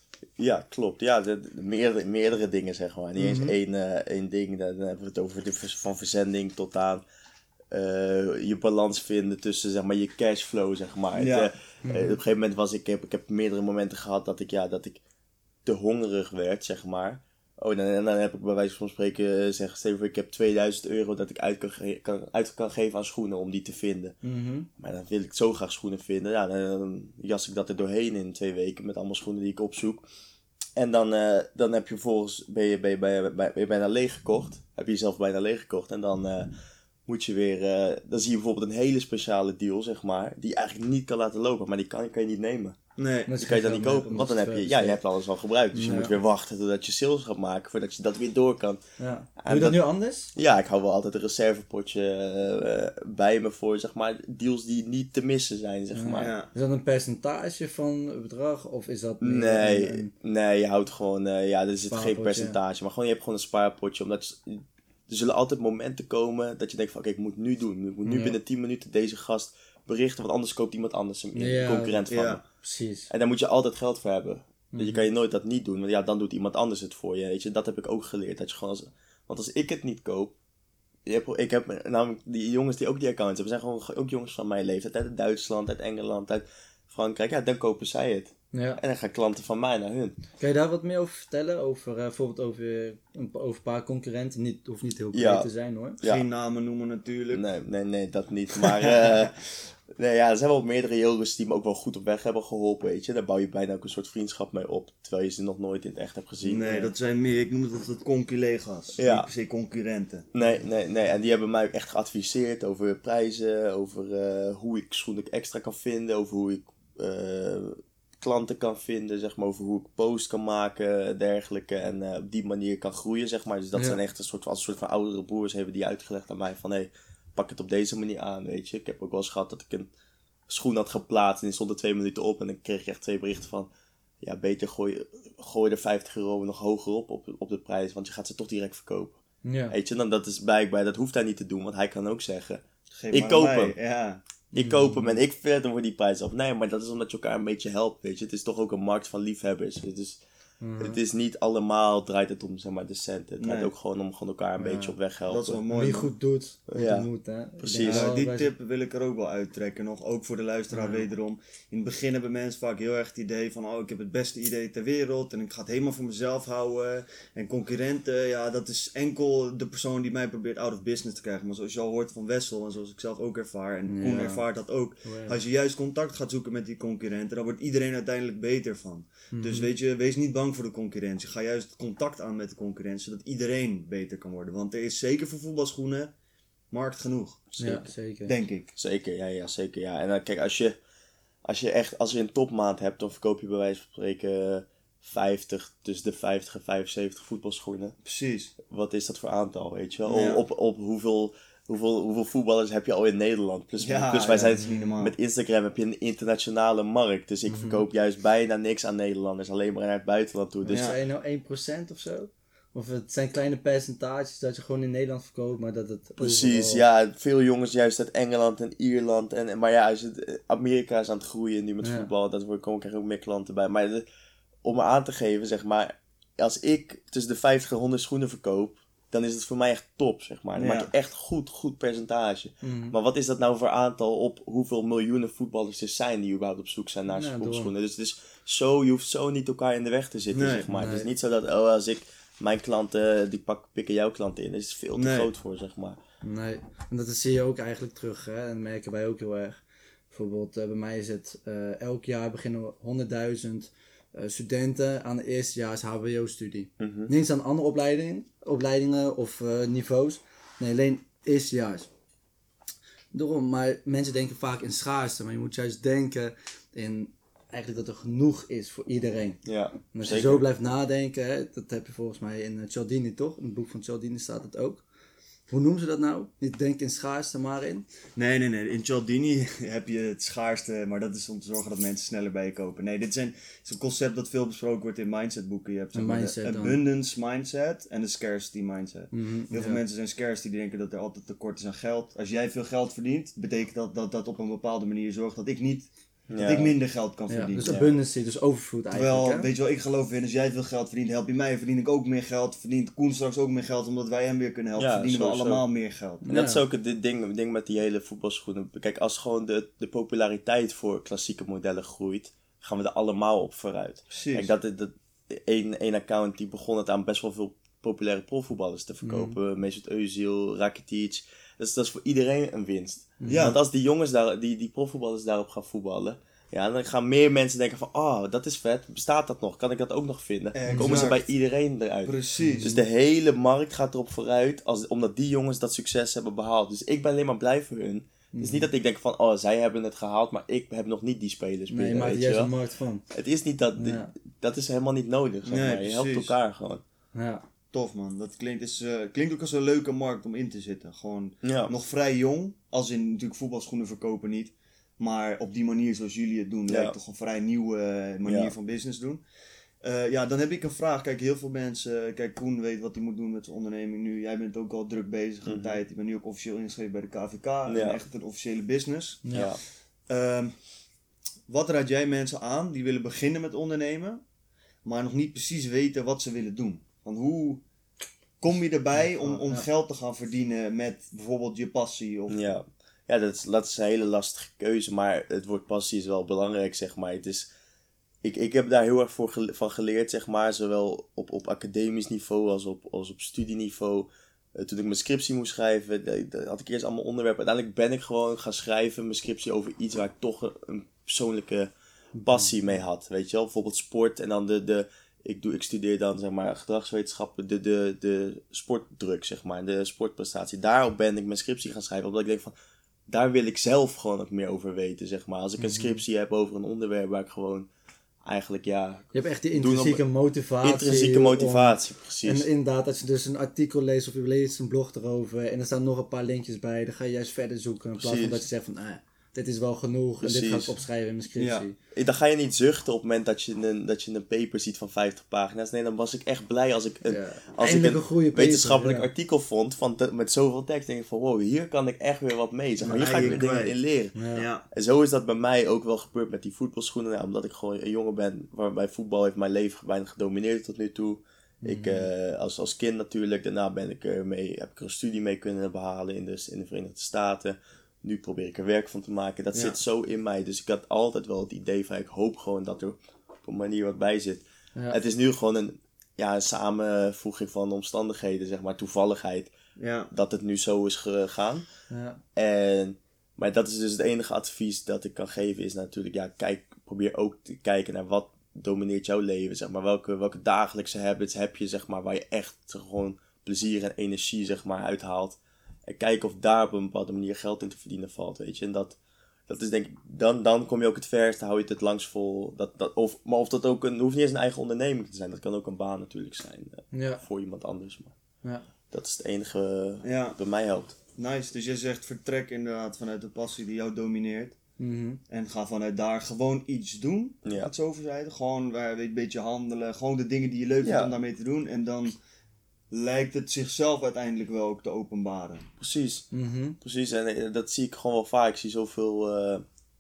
Ja, klopt. Ja, de, de meerdere, meerdere dingen, zeg maar. Niet Mhm. eens één, uh, één ding. Dan hebben we het over de, vers- van verzending tot aan uh, je balans vinden tussen, zeg maar, je cashflow, zeg maar. Ja. Het, uh, uh, op een gegeven moment was ik, ik heb, ik heb meerdere momenten gehad dat ik, ja, dat ik te hongerig werd, zeg maar. Oh, dan, en dan heb ik bij wijze van spreken, uh, zeg, stel voor, ik heb tweeduizend euro dat ik uit kan, ge- kan, uit kan geven aan schoenen om die te vinden. Mm-hmm. Maar dan wil ik zo graag schoenen vinden. Ja, dan, dan jas ik dat er doorheen in twee weken met allemaal schoenen die ik opzoek. En dan, uh, dan heb je vervolgens, ben je, ben, je, ben, je, ben je bijna leeg gekocht. Heb je jezelf bijna leeg gekocht. En dan uh, moet je weer, uh, dan zie je bijvoorbeeld een hele speciale deal, zeg maar. Die je eigenlijk niet kan laten lopen, maar die kan, kan je niet nemen. Nee. Die kan je dan niet kopen, want dan heb je, ja, je hebt alles al gebruikt. Dus je Ja. moet weer wachten totdat je sales gaat maken, voordat je dat weer door kan. Ja. Doe En je dat dat- nu anders? Ja, ik hou wel altijd een reservepotje uh, bij me voor, zeg maar, deals die niet te missen zijn, zeg maar. Ja. Is dat een percentage van het bedrag of is dat meer Nee, een- een- nee, je houdt gewoon, uh, ja, er zit geen Spaarpotje. percentage, maar gewoon, je hebt gewoon een spaarpotje, omdat je- er zullen altijd momenten komen dat je denkt van, oké, ik moet nu doen, ik moet nu Ja. binnen tien minuten deze gast berichten, want anders koopt iemand anders hem in, Ja, een concurrent van ja. me. Precies. En daar moet je altijd geld voor hebben. Dus je Mhm. kan je nooit dat niet doen, want ja, dan doet iemand anders het voor je, weet je. Dat heb ik ook geleerd, dat je gewoon als, want als ik het niet koop, je hebt, ik heb namelijk die jongens die ook die accounts hebben, zijn gewoon ook jongens van mijn leeftijd, uit Duitsland, uit Engeland, uit Frankrijk, ja, dan kopen zij het. Ja. En dan gaan klanten van mij naar hun. Kan je daar wat meer over vertellen? Over uh, bijvoorbeeld over, een, over een paar concurrenten. Niet, hoeft niet heel breed Ja. te zijn hoor. Ja. Geen namen noemen natuurlijk. Nee, nee, nee, dat niet. Maar eh, nee, ja, er zijn wel meerdere jongens die me ook wel goed op weg hebben geholpen, weet je. Daar bouw je bijna ook een soort vriendschap mee op, terwijl je ze nog nooit in het echt hebt gezien. Nee, dat zijn meer, ik noem het altijd conculega's. Ja. Niet per se concurrenten. Nee, nee, nee. En die hebben mij ook echt geadviseerd over prijzen, over eh, hoe ik schoenen extra kan vinden, over hoe ik eh, klanten kan vinden, zeg maar, over hoe ik post kan maken en dergelijke. En eh, op die manier kan groeien, zeg maar. Dus dat Ja. zijn echt een soort, als een soort van oudere broers hebben die uitgelegd aan mij van, hé, hey, pak het op deze manier aan, weet je. Ik heb ook wel eens gehad dat ik een schoen had geplaatst en die stond er twee minuten op en dan kreeg ik echt twee berichten van, ja, beter gooi, gooi er vijftig euro nog hoger op, op op de prijs, want je gaat ze toch direct verkopen. Ja. Weet je, dan dat is blijkbaar, dat hoeft hij niet te doen, want hij kan ook zeggen, Geef Ik maar koop aan mij. hem. Ja. ik koop hem en ik verder voor die prijs af. Nee, maar dat is omdat je elkaar een beetje helpt, weet je. Het is toch ook een markt van liefhebbers. Het is, Mhm. het is niet allemaal, draait het om, zeg maar, de centen. Het draait Nee. ook gewoon om gewoon elkaar een Ja. beetje op weg helpen. Dat is wel mooi. Wie man. goed doet, goed Ja. moet hè. Ik Precies. denk Ja, wel, die wij- tip wil ik er ook wel uittrekken nog, ook voor de luisteraar Ja. wederom. In het begin hebben mensen vaak heel erg het idee van, oh, ik heb het beste idee ter wereld en ik ga het helemaal voor mezelf houden. En concurrenten, ja, dat is enkel de persoon die mij probeert out of business te krijgen. Maar zoals je al hoort van Wessel en zoals ik zelf ook ervaar, en Ja. Koen ervaart dat ook. Oh, ja. Als je juist contact gaat zoeken met die concurrenten, dan wordt iedereen uiteindelijk beter van. Dus weet je, wees niet bang voor de concurrentie. Ga juist contact aan met de concurrentie, zodat iedereen beter kan worden. Want er is zeker voor voetbalschoenen markt genoeg, Ja, zeker. denk ik. Zeker, ja, ja, zeker, ja. En dan, kijk, als je, als je echt, als je een topmaand hebt, dan verkoop je bij wijze van spreken vijftig, tussen de vijftig en vijfenzeventig voetbalschoenen. Precies. Wat is dat voor aantal, weet je wel? Ja. Op, op hoeveel, hoeveel, hoeveel voetballers heb je al in Nederland? Plus, Ja, plus wij ja, zijn, dat is niet normaal. met Instagram heb je een internationale markt. Dus ik verkoop juist bijna niks aan Nederlanders, alleen maar naar het buitenland toe. Dus Dus Ja. zijn nou één procent of zo? Of het zijn kleine percentages dat je gewoon in Nederland verkoopt, maar dat het precies, overal- ja. Veel jongens juist uit Engeland en Ierland. En, en- maar ja, als het, Amerika is aan het groeien nu met Ja. voetbal. Dat wordt- komen krijg ik ook meer klanten bij. Maar de- om me aan te geven, zeg maar, als ik tussen de vijftig en honderd schoenen verkoop, dan is het voor mij echt top, zeg maar. Dan Ja. maak je echt goed, goed percentage. Mhm. Maar wat is dat nou voor aantal op hoeveel miljoenen voetballers er zijn die überhaupt op zoek zijn naar Ja, voetbalschoenen? Dus het is zo, je hoeft zo niet elkaar in de weg te zitten, Nee, zeg maar. Het nee. is niet zo dat, oh, als ik mijn klanten, die pak, pikken jouw klanten in. Dat is veel te Nee. groot voor, zeg maar. Nee, en dat zie je ook eigenlijk terug, hè? En dat merken wij ook heel erg. Bijvoorbeeld eh, bij mij is het, eh, elk jaar beginnen honderdduizend uh, studenten aan de eerstejaars H B O-studie. Mhm. Niet eens aan andere opleidingen, opleidingen of uh, niveaus, nee, alleen eerstejaars. Daarom, maar mensen denken vaak in schaarste, maar je moet juist denken in eigenlijk dat er genoeg is voor iedereen. Ja, En als je zeker. zo blijft nadenken, hè, dat heb je volgens mij in uh, Cialdini toch? In het boek van Cialdini staat het ook. hoe noemen ze dat nou? Niet denk in schaarste, maar in... Nee, nee, nee. In Cialdini heb je het schaarste, maar dat is om te zorgen dat mensen sneller bij je kopen. Nee, dit zijn, is een concept dat veel besproken wordt in mindsetboeken. Je hebt zeg maar, mindset de dan. abundance mindset en de scarcity mindset. Mm-hmm, Heel ja. veel mensen zijn scarcity, die denken dat er altijd tekort is aan geld. Als jij veel geld verdient, betekent dat dat, dat op een bepaalde manier zorgt dat ik niet, Ja. dat ik minder geld kan Ja, verdienen. dus Ja. abundance, dus overvloed eigenlijk. Terwijl, hè? weet je wel, ik geloof in, als jij veel geld verdient, help je mij, verdien ik ook meer geld. Verdient Koen straks ook meer geld, omdat wij hem weer kunnen helpen. Ja, verdienen we sowieso. allemaal meer geld. En dat is ook het ding, het ding met die hele voetbalschoenen. Kijk, als gewoon de, de populariteit voor klassieke modellen groeit, gaan we er allemaal op vooruit. Precies. Kijk, dat, dat één, één account die begon het aan best wel veel populaire profvoetballers te verkopen. Mm. Mesut Özil, Rakitic. Dus dat is voor iedereen een winst. Ja. Want als die jongens daar, die, die profvoetballers daarop gaan voetballen, ja, dan gaan meer mensen denken van, oh, dat is vet. Bestaat dat nog? Kan ik dat ook nog vinden? Dan komen ze Exact. bij iedereen eruit. Precies. Dus de hele markt gaat erop vooruit, als, omdat die jongens dat succes hebben behaald. Dus ik ben alleen maar blij voor hun. Het is niet dat ik denk van, oh, zij hebben het gehaald, maar ik heb nog niet die spelers Nee, binnen, je maakt er weet je juist wel. een markt van. Het is niet dat, Ja. dat is helemaal niet nodig, zeg Nee, maar. Je helpt precies. elkaar gewoon. Ja. Tof man, dat klinkt, is, eh, klinkt ook als een leuke markt om in te zitten. Gewoon Ja. nog vrij jong, als in natuurlijk voetbalschoenen verkopen niet. Maar op die manier zoals jullie het doen, lijkt Ja. toch een vrij nieuwe eh, manier Ja. van business doen. Eh, ja, dan heb ik een vraag. Kijk, heel veel mensen, kijk, Koen weet wat hij moet doen met zijn onderneming nu. Jij bent ook al druk bezig een Mhm. tijd. Je bent nu ook officieel ingeschreven bij de K V K. En Ja. echt een officiële business. Ja. Ja. Ehm, wat raad jij mensen aan die willen beginnen met ondernemen, maar nog niet precies weten wat ze willen doen? Van hoe kom je erbij om, om Ja. geld te gaan verdienen met bijvoorbeeld je passie? Of... Ja, ja dat, is, dat is een hele lastige keuze, maar het woord passie is wel belangrijk, zeg maar. Het is, ik, ik heb daar heel erg voor gele- van geleerd, zeg maar, zowel op, op academisch niveau als op, als op studieniveau. Uh, toen ik mijn scriptie moest schrijven, da- da- had ik eerst allemaal onderwerpen. Uiteindelijk ben ik gewoon gaan schrijven, mijn scriptie, over iets waar ik toch een, een persoonlijke passie mee had. Weet je wel, bijvoorbeeld sport en dan de... de ik, doe, ik studeer dan, zeg maar, gedragswetenschappen, de, de, de sportdruk, zeg maar, de sportprestatie. Daarop ben ik mijn scriptie gaan schrijven, omdat ik denk van, daar wil ik zelf gewoon ook meer over weten, zeg maar. Als ik een scriptie heb over een onderwerp waar ik gewoon eigenlijk, ja... Je hebt echt die Doen op- intrinsieke motivatie. Intrinsieke om- motivatie, precies. En inderdaad, als je dus een artikel leest of je leest een blog erover en er staan nog een paar linkjes bij, dan ga je juist verder zoeken. In plaats van Precies. dat je zegt van, ah, dit is wel genoeg en dit ga ik Precies. opschrijven in mijn scriptie. Ja. Dan ga je niet zuchten op het moment dat je een, dat je een paper ziet van vijftig pagina's. Nee, dan was ik echt blij als ik een, Ja. als ik Eindelijk een een goede paper, wetenschappelijk ja. artikel vond van te- met zoveel tekst. Denk ik van, wow, hier kan ik echt weer wat mee. Zeg maar. Hier ga ik weer Eigen dingen in leren. Ja. Ja. En zo is dat bij mij ook wel gebeurd met die voetbalschoenen. Nou, omdat ik gewoon een jongen ben waarbij voetbal heeft mijn leven bijna gedomineerd tot nu toe. Ik, eh, als, als kind natuurlijk, daarna ben ik er mee, heb ik er een studie mee kunnen behalen in de, in de Verenigde Staten. Nu probeer ik er werk van te maken. Dat Ja. zit zo in mij. Dus ik had altijd wel het idee van, ik hoop gewoon dat er op een manier wat bij zit. Ja. Het is nu gewoon een, ja, een samenvoeging van omstandigheden, zeg maar, toevalligheid, Ja. dat het nu zo is gegaan. Ja. En, maar dat is dus het enige advies dat ik kan geven, is natuurlijk, ja, kijk, probeer ook te kijken naar wat domineert jouw leven, zeg maar. Welke, welke dagelijkse habits heb je, zeg maar, waar je echt gewoon plezier en energie, zeg maar, uithaalt. En kijken of daar op een bepaalde manier geld in te verdienen valt, weet je. En dat, dat is denk ik, dan, dan kom je ook het verst, hou je het het langst vol. Dat, dat, of, maar of dat ook een, hoeft niet eens een eigen onderneming te zijn, dat kan ook een baan natuurlijk zijn, eh, Ja. voor iemand anders. Maar Ja. dat is het enige Ja. wat bij mij helpt. Nice, dus jij zegt vertrek inderdaad vanuit de passie die jou domineert. Mhm. En ga vanuit daar gewoon iets doen. Ja. Wat zo verzijden. Gewoon waar, een beetje handelen. Gewoon de dingen die je leuk vindt Ja. om daarmee te doen. En dan lijkt het zichzelf uiteindelijk wel ook te openbaren. Precies. Mhm. Precies, en eh, dat zie ik gewoon wel vaak. Ik zie zoveel, eh,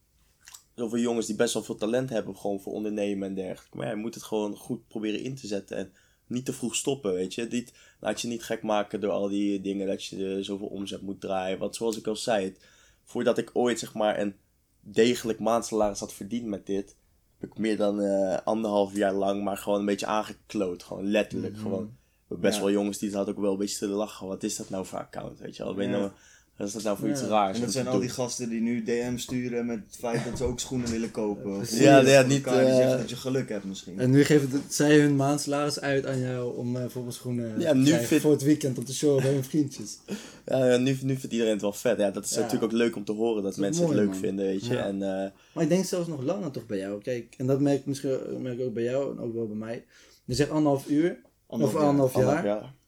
zoveel jongens die best wel veel talent hebben gewoon voor ondernemen en dergelijke. Maar ja, je moet het gewoon goed proberen in te zetten en niet te vroeg stoppen, weet je. Niet, laat je niet gek maken door al die dingen dat je eh, zoveel omzet moet draaien. Want zoals ik al zei, het, voordat ik ooit zeg maar een degelijk maandsalaris had verdiend met dit, heb ik meer dan eh, anderhalf jaar lang maar gewoon een beetje aangekloot. Gewoon letterlijk, gewoon. Best Ja. wel jongens die hadden ook wel een beetje te lachen. Wat is dat nou voor account, weet je wel? Ben je Ja. nou, wat is dat nou voor iets Ja. raars? En dat om zijn te al doen? die gasten die nu D M sturen met het feit dat ze ook schoenen willen kopen. Of Precies. Ja, ja, elkaar niet, die eh, zeggen dat je geluk hebt misschien. En nu geven het- zij hun maandsalaris uit aan jou om uh, voetbalschoenen Ja, te nu krijgen vind- voor het weekend op de show bij hun vriendjes. Ja, ja, nu, nu vindt iedereen het wel vet. Ja, dat is Ja. natuurlijk ook leuk om te horen dat is mensen mooi, het leuk man. vinden, weet je. Ja. En, eh, Maar ik denk zelfs nog langer toch bij jou. Kijk, en dat merk ik misschien merk ik ook bij jou en ook wel bij mij. Je zegt anderhalf uur Anderhalf of jaar. anderhalf jaar. anderhalf jaar.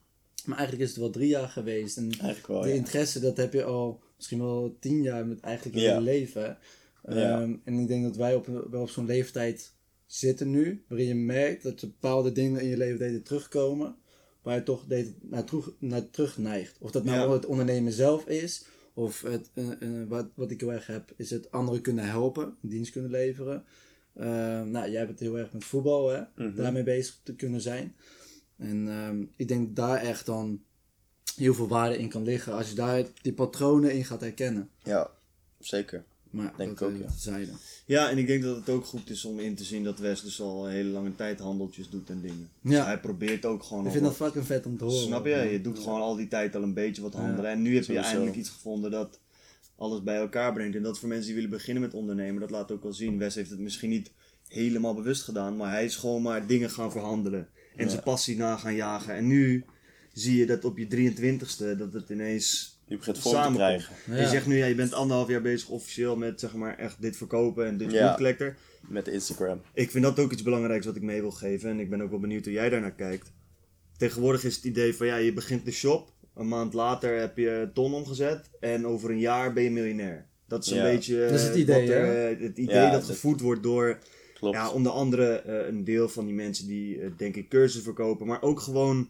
Maar eigenlijk is het wel drie jaar geweest. En Eigenlijk wel, de ja. interesse, dat heb je al misschien wel tien jaar met eigenlijk je Ja. hele leven. Ja. Um, en ik denk dat wij op, wel op zo'n leeftijd zitten nu, waarin je merkt dat er bepaalde dingen in je leven deden terugkomen, waar je toch deed, naar, terug, naar terug neigt. Of dat nou Ja. het ondernemen zelf is, of het, uh, uh, wat, wat ik heel erg heb, is het anderen kunnen helpen, een dienst kunnen leveren. Uh, nou, jij bent heel erg met voetbal, hè? Mhm. Daarmee bezig te kunnen zijn. En um, ik denk dat daar echt dan heel veel waarde in kan liggen, als je daar die patronen in gaat herkennen. Ja, zeker. Maar Denk dat ik ook, uh, ja. tezijde. Ja, en ik denk dat het ook goed is om in te zien dat Wes dus al een hele lange tijd handeltjes doet en dingen. Dus Ja. hij probeert ook gewoon Ik al vind dat wat- fucking vet om te horen. Snap je? Je doet gewoon al die tijd al een beetje wat handelen. Ja, En nu heb je sowieso. eindelijk iets gevonden dat alles bij elkaar brengt. En dat voor mensen die willen beginnen met ondernemen, dat laat ook wel zien. Wes heeft het misschien niet helemaal bewust gedaan, maar hij is gewoon maar dingen gaan verhandelen. En Ja. zijn passie na gaan jagen. En nu zie je dat op je drieëntwintigste dat het ineens Je begint vorm te samenkomt. krijgen. Ja. Je zegt nu, ja, je bent anderhalf jaar bezig officieel met zeg maar echt dit verkopen en dit Ja. boot collector. Met Instagram. Ik vind dat ook iets belangrijks wat ik mee wil geven. En ik ben ook wel benieuwd hoe jij daar naar kijkt. Tegenwoordig is het idee van ja, je begint de shop. Een maand later heb je een ton omgezet. En over een jaar ben je miljonair. Dat is een Ja. beetje Dat is het eh, idee, wat er, hè? eh, het idee Ja, dat dat- gevoed wordt door Klopt. ja, onder andere eh, een deel van die mensen die eh, denk ik cursussen verkopen. Maar ook gewoon,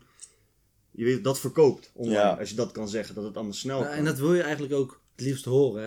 je weet, dat verkoopt online. Ja. Als je dat kan zeggen, dat het allemaal snel Ja, kan. en dat wil je eigenlijk ook het liefst horen, hè?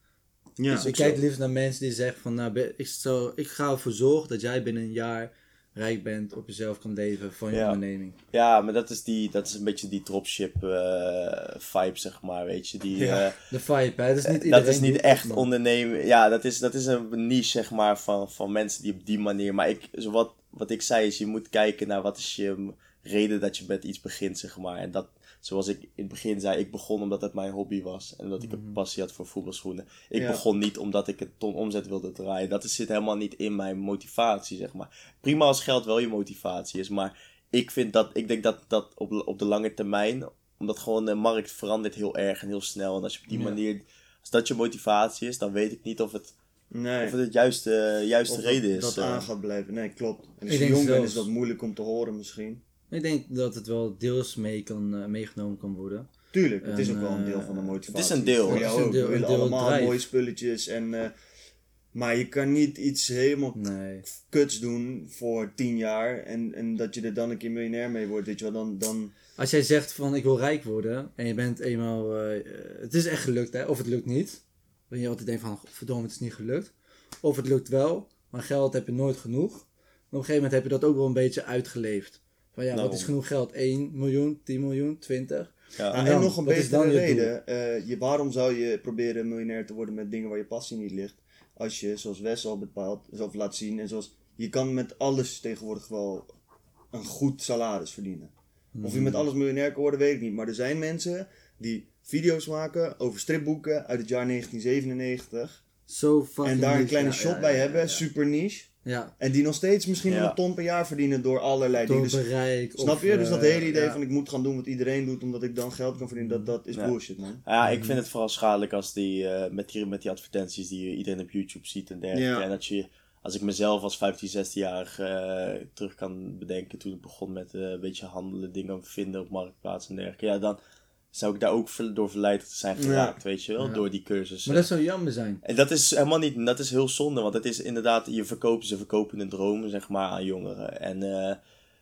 ja. Dus ik kijk het liefst naar mensen die zeggen van, nou, be- ik, zo, ik ga ervoor zorgen dat jij binnen een jaar rijk bent, op jezelf kan leven van je Ja. onderneming. Ja, maar dat is, die, dat is een beetje die dropship eh, vibe, zeg maar, weet je. Die, Ja. eh, De vibe, hè? Dat is niet iedereen. dat is niet doet echt man. ondernemen. Ja, dat is, dat is een niche, zeg maar, van, van mensen die op die manier... Maar ik, zo wat, wat ik zei is, je moet kijken naar wat is je reden dat je met iets begint, zeg maar. En dat, zoals ik in het begin zei, ik begon omdat het mijn hobby was. En dat ik een passie had voor voetbalschoenen. Ik Ja. begon niet omdat ik een ton omzet wilde draaien. Dat is- zit helemaal niet in mijn motivatie, zeg maar. Prima als geld wel je motivatie is, maar ik vind dat, ik denk dat dat op, op de lange termijn, omdat gewoon de markt verandert heel erg en heel snel. En als je op die Ja. manier, als dat je motivatie is, dan weet ik niet of het, Nee. of het, het juiste, juiste Of reden dat, is. dat eh. aan gaat blijven. Nee, klopt. En als Ik je denk jong bent zelfs- is dat moeilijk om te horen misschien. Ik denk dat het wel deels mee kan, uh, meegenomen kan worden. Tuurlijk, het is En, ook wel een eh, deel van de motivatie. het is een deel. Voor Het jou is een ook. deel- We willen een deel allemaal drive. mooie spulletjes. En, eh, maar je kan niet iets helemaal Nee. kuts doen voor tien jaar. En, en dat je er dan een keer miljonair mee wordt. Weet je wel, dan... dan Als jij zegt van ik wil rijk worden en je bent eenmaal, uh, uh, het is echt gelukt hè, of het lukt niet. Dan je altijd denkt van verdomme het is niet gelukt. Of het lukt wel, maar geld heb je nooit genoeg. En op een gegeven moment heb je dat ook wel een beetje uitgeleefd. Van ja, wat Daarom. is genoeg geld? één miljoen, tien miljoen, twintig? Ja. Ja, En en dan? nog een Wat is betere dan je reden. eh, je, waarom zou je proberen miljonair te worden met dingen waar je passie niet ligt? Als je, zoals Wes al bepaalt, zelf laat zien. En zoals, je kan met alles tegenwoordig wel een goed salaris verdienen. Of je met alles miljonair kan worden, weet ik niet. Maar er zijn mensen die video's maken over stripboeken uit het jaar negentien zevenennegentig. Zo fucking En daar een niche. kleine Ja, shop ja, bij ja, hebben, ja. super niche. Ja, En die nog steeds misschien wel Ja. een ton per jaar verdienen door allerlei door dingen. Dus, bereik. snap of, je? Dus dat eh, hele idee ja. van ik moet gaan doen wat iedereen doet omdat ik dan geld kan verdienen, dat, dat is Ja. bullshit, man. Ja, ik vind het vooral schadelijk als die, eh, met, die, met die advertenties die iedereen op YouTube ziet en dergelijke. Ja. En dat je, als ik mezelf als vijftien, zestienjarige eh terug kan bedenken toen ik begon met eh, een beetje handelen, dingen vinden op Marktplaats en dergelijke. Ja, dan zou ik daar ook ver- door verleid te zijn geraakt, weet je wel, Ja. door die cursus. Maar dat zou jammer zijn. En dat is helemaal niet, dat is heel zonde, want het is inderdaad, je verkoopt, ze verkopen een droom, zeg maar, aan jongeren. En, eh,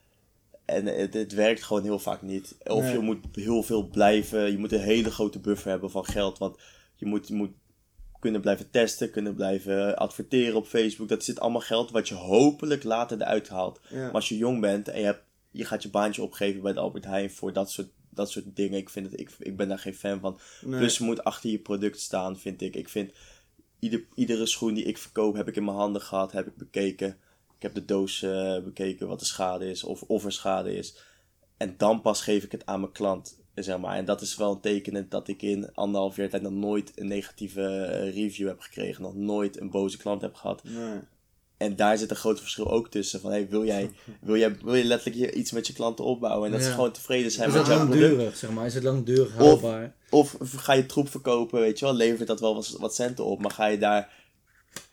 en het, het werkt gewoon heel vaak niet. Of Nee. je moet heel veel blijven, je moet een hele grote buffer hebben van geld, want je moet, je moet kunnen blijven testen, kunnen blijven adverteren op Facebook. Dat zit allemaal geld wat je hopelijk later eruit haalt. Ja. Maar als je jong bent en je, hebt, je gaat je baantje opgeven bij de Albert Heijn voor dat soort, dat soort dingen. Ik, vind het, ik, ik ben daar geen fan van. Nee. Plus je moet achter je product staan, vind ik. Ik vind ieder, iedere schoen die ik verkoop, heb ik in mijn handen gehad, heb ik bekeken. Ik heb de doos eh, bekeken, wat de schade is, of, of er schade is. En dan pas geef ik het aan mijn klant, zeg maar. En dat is wel een teken dat ik in anderhalf jaar tijd nog nooit een negatieve eh, review heb gekregen. Nog nooit een boze klant heb gehad. Nee. En daar zit een groot verschil ook tussen. Van, hey, wil, jij, wil, jij, wil je letterlijk je iets met je klanten opbouwen? En dat ze Ja. gewoon tevreden zijn Is met dat jouw product? langdurig, zeg maar? Is het langdurig haalbaar? Of ga je troep verkopen, weet je wel, levert dat wel wat, wat centen op, maar ga je daar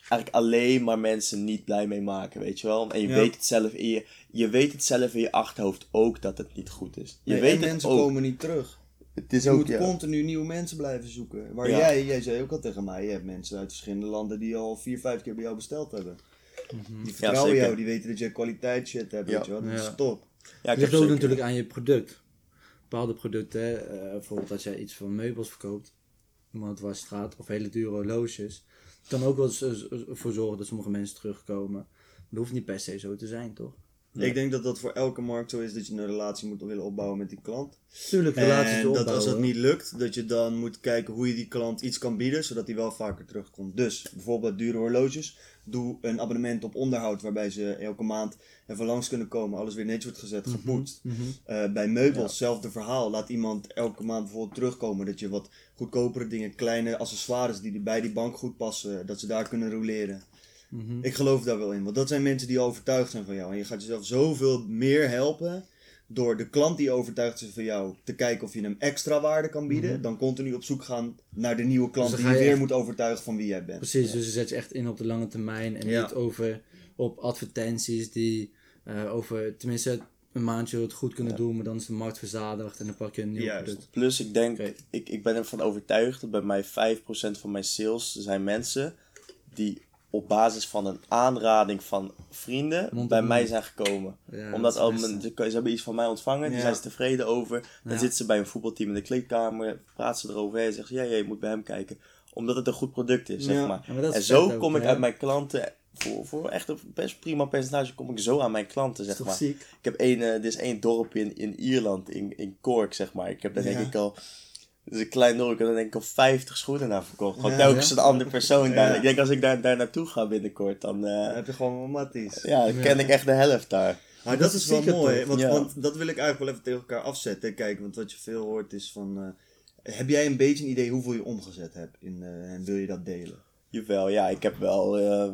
eigenlijk alleen maar mensen niet blij mee maken, weet je wel. En je Ja. weet het zelf in je, je weet het zelf in je achterhoofd ook dat het niet goed is. Je Nee, weet en het mensen ook. komen niet terug. Het is Je ook, moet ja. continu nieuwe mensen blijven zoeken. Waar Ja. jij, jij zei ook al tegen mij, je hebt mensen uit verschillende landen die al vier, vijf keer bij jou besteld hebben. Die vertrouwen zeker. jou, die weten dat je kwaliteit shit hebt, Ja. weet je wel. Dat Ja. is top. Ja, ik Het heb ligt ook zeker- natuurlijk aan je product. Bepaalde producten, hè, eh, bijvoorbeeld als jij iets van meubels verkoopt, iemand waar straat of hele dure horloges, kan ook wel eens eh, voor zorgen dat sommige mensen terugkomen. Dat hoeft niet per se zo te zijn, toch? Nee. Ik denk dat dat voor elke markt zo is, dat je een relatie moet willen opbouwen met die klant. Tuurlijk, relaties En opbouwen. dat als dat niet lukt, dat je dan moet kijken hoe je die klant iets kan bieden, zodat hij wel vaker terugkomt. Dus bijvoorbeeld dure horloges, doe een abonnement op onderhoud waarbij ze elke maand even langs kunnen komen, alles weer netjes wordt gezet, gepoetst. Mhm. Uh, bij meubels, hetzelfde verhaal. Laat iemand elke maand bijvoorbeeld terugkomen, dat je wat goedkopere dingen, kleine accessoires die bij die bank goed passen, dat ze daar kunnen roleren. Mhm. Ik geloof daar wel in, want dat zijn mensen die overtuigd zijn van jou. En je gaat jezelf zoveel meer helpen door de klant die overtuigd is van jou te kijken of je hem extra waarde kan bieden, Mhm. dan continu op zoek gaan naar de nieuwe klant Dus dan die ga je je weer echt- moet overtuigen van wie jij bent. Precies, dus je zet je echt in op de lange termijn en Ja. niet over op advertenties die eh, over, tenminste een maandje het goed kunnen doen, maar dan is de markt verzadigd en dan pak je een nieuw Juist. product. Plus ik denk, Oké. ik, ik ben ervan overtuigd dat bij mij vijf procent van mijn sales zijn mensen die op basis van een aanrading van vrienden Mond bij op mij mond. zijn gekomen. Ja, Omdat dat is al het mijn, beste. ze, ze hebben iets van mij ontvangen, die Ja. zijn ze tevreden over. Dan Ja. zitten ze bij een voetbalteam in de kleedkamer, praten ze erover en zeggen ze, ja, ja, je moet bij hem kijken. Omdat het een goed product is, zeg Ja. maar. Ja, maar dat is En zo vet ook, kom ik hè? uit mijn klanten, voor, voor echt een best prima percentage kom ik zo aan mijn klanten, Dat Dus zeg is toch maar. ziek? Ik heb één, uh, dit is één dorpje in, in Ierland, in, in Cork, zeg maar. Ik heb daar Ja. denk ik al, dat is een klein dorpje, en dan denk ik al vijftig schoenen naar verkocht. Gewoon Ja, telkens ja. een andere persoon daar. Ja. Ik denk als ik daar, daar naartoe ga binnenkort, dan, uh, Dan heb je gewoon wel matties. ja, dan ken ik echt de helft daar. Maar Dat dat, is is wel zeker mooi, tof. want, Ja. want dat wil ik eigenlijk wel even tegen elkaar afzetten. Kijk, want wat je veel hoort is van, eh, heb jij een beetje een idee hoeveel je omgezet hebt in, eh, en wil je dat delen? Jawel, ja, ik heb wel uh,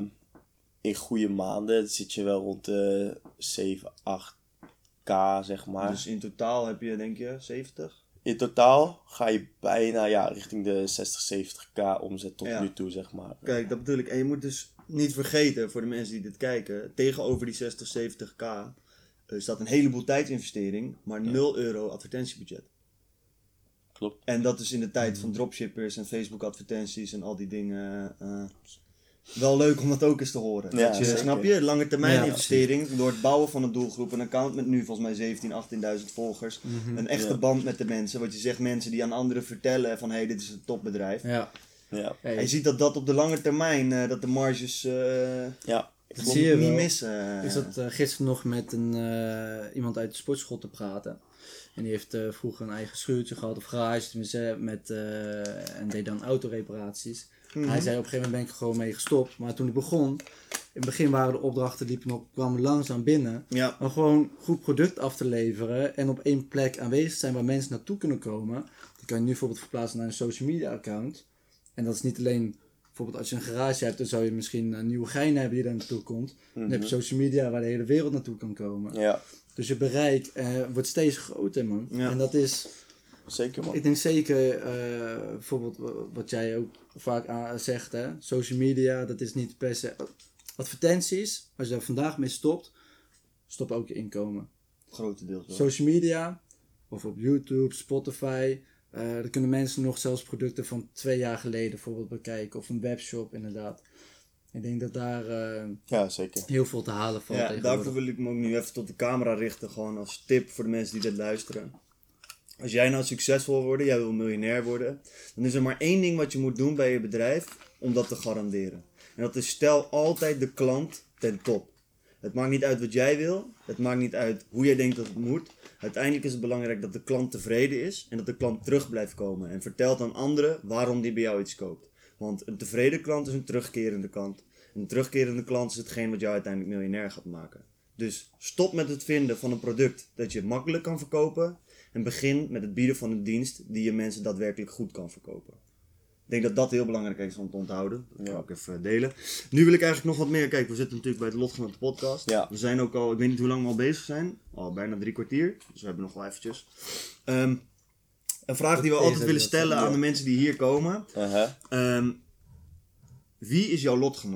in goede maanden zit je wel rond de zeven, acht k, zeg maar. Dus in totaal heb je denk je zeventig? In totaal ga je bijna ja, richting de zestig, zeventig k omzet tot Ja. nu toe, zeg maar. Kijk, dat bedoel ik. En je moet dus niet vergeten, voor de mensen die dit kijken, tegenover die zestig, zeventig k uh, staat een heleboel tijdsinvestering, maar nul euro advertentiebudget. Klopt. En dat is in de tijd van dropshippers en Facebook advertenties en al die dingen uh, wel leuk om dat ook eens te horen. Ja, dat je, zeker. snap je? Lange termijn Ja, investering door het bouwen van een doelgroep, een account met nu volgens mij zeventien, achttienduizend volgers, een echte Ja. band met de mensen. Wat je zegt, mensen die aan anderen vertellen van hé, hey, dit is een topbedrijf. Ja. Ja, Hey, En je ziet dat dat op de lange termijn, uh, dat de marges uh, ja. dat zie je niet wel. missen. Ik zat uh, gisteren nog met een, uh, iemand uit de sportschool te praten. En die heeft uh, vroeger een eigen schuurtje gehad of garage tenminste, met, uh, en deed dan autoreparaties. Mhm. Hij zei op een gegeven moment ben ik er gewoon mee gestopt. Maar toen ik begon, in het begin waren de opdrachten die nog kwamen langzaam binnen. Ja, Om gewoon goed product af te leveren en op één plek aanwezig zijn waar mensen naartoe kunnen komen. Die kan je nu bijvoorbeeld verplaatsen naar een social media account. En dat is niet alleen, bijvoorbeeld als je een garage hebt, dan zou je misschien een nieuwe gein hebben die daar naartoe komt. Dan heb je social media waar de hele wereld naartoe kan komen. Ja, Dus je bereik uh, wordt steeds groter, man. Ja. En dat is, zeker man. ik denk zeker, uh, bijvoorbeeld wat jij ook vaak aan, zegt, hè. Social media, dat is niet per se advertenties. Als je daar vandaag mee stopt, stopt ook je inkomen. grotendeels wel. Social media, of op YouTube, Spotify. Uh, daar kunnen mensen nog zelfs producten van twee jaar geleden bijvoorbeeld bekijken. Of een webshop inderdaad. Ik denk dat daar uh, Ja, zeker. heel veel te halen valt Ja, tegenwoordig. daarvoor wil ik me ook nu even tot de camera richten, gewoon als tip voor de mensen die dit luisteren. Als jij nou succesvol wil worden, jij wil miljonair worden, dan is er maar één ding wat je moet doen bij je bedrijf om dat te garanderen. En dat is stel altijd de klant ten top. Het maakt niet uit wat jij wil, het maakt niet uit hoe jij denkt dat het moet. Uiteindelijk is het belangrijk dat de klant tevreden is en dat de klant terug blijft komen. En vertelt aan anderen waarom die bij jou iets koopt. Want een tevreden klant is een terugkerende klant. Een terugkerende klant is hetgeen wat jou uiteindelijk miljonair gaat maken. Dus stop met het vinden van een product dat je makkelijk kan verkopen. En begin met het bieden van een dienst die je mensen daadwerkelijk goed kan verkopen. Ik denk dat dat heel belangrijk is om te onthouden. Dat ga ik even delen. Nu wil ik eigenlijk nog wat meer. Kijk, we zitten natuurlijk bij de Lotgenoten podcast. Ja. We zijn ook al, ik weet niet hoe lang we al bezig zijn. Al bijna drie kwartier. Dus we hebben nog wel eventjes. Um, een vraag die we Deze altijd willen hebben we stellen dat, aan de mensen die hier komen. Uh-huh. Um, wie is jouw lotgenoot?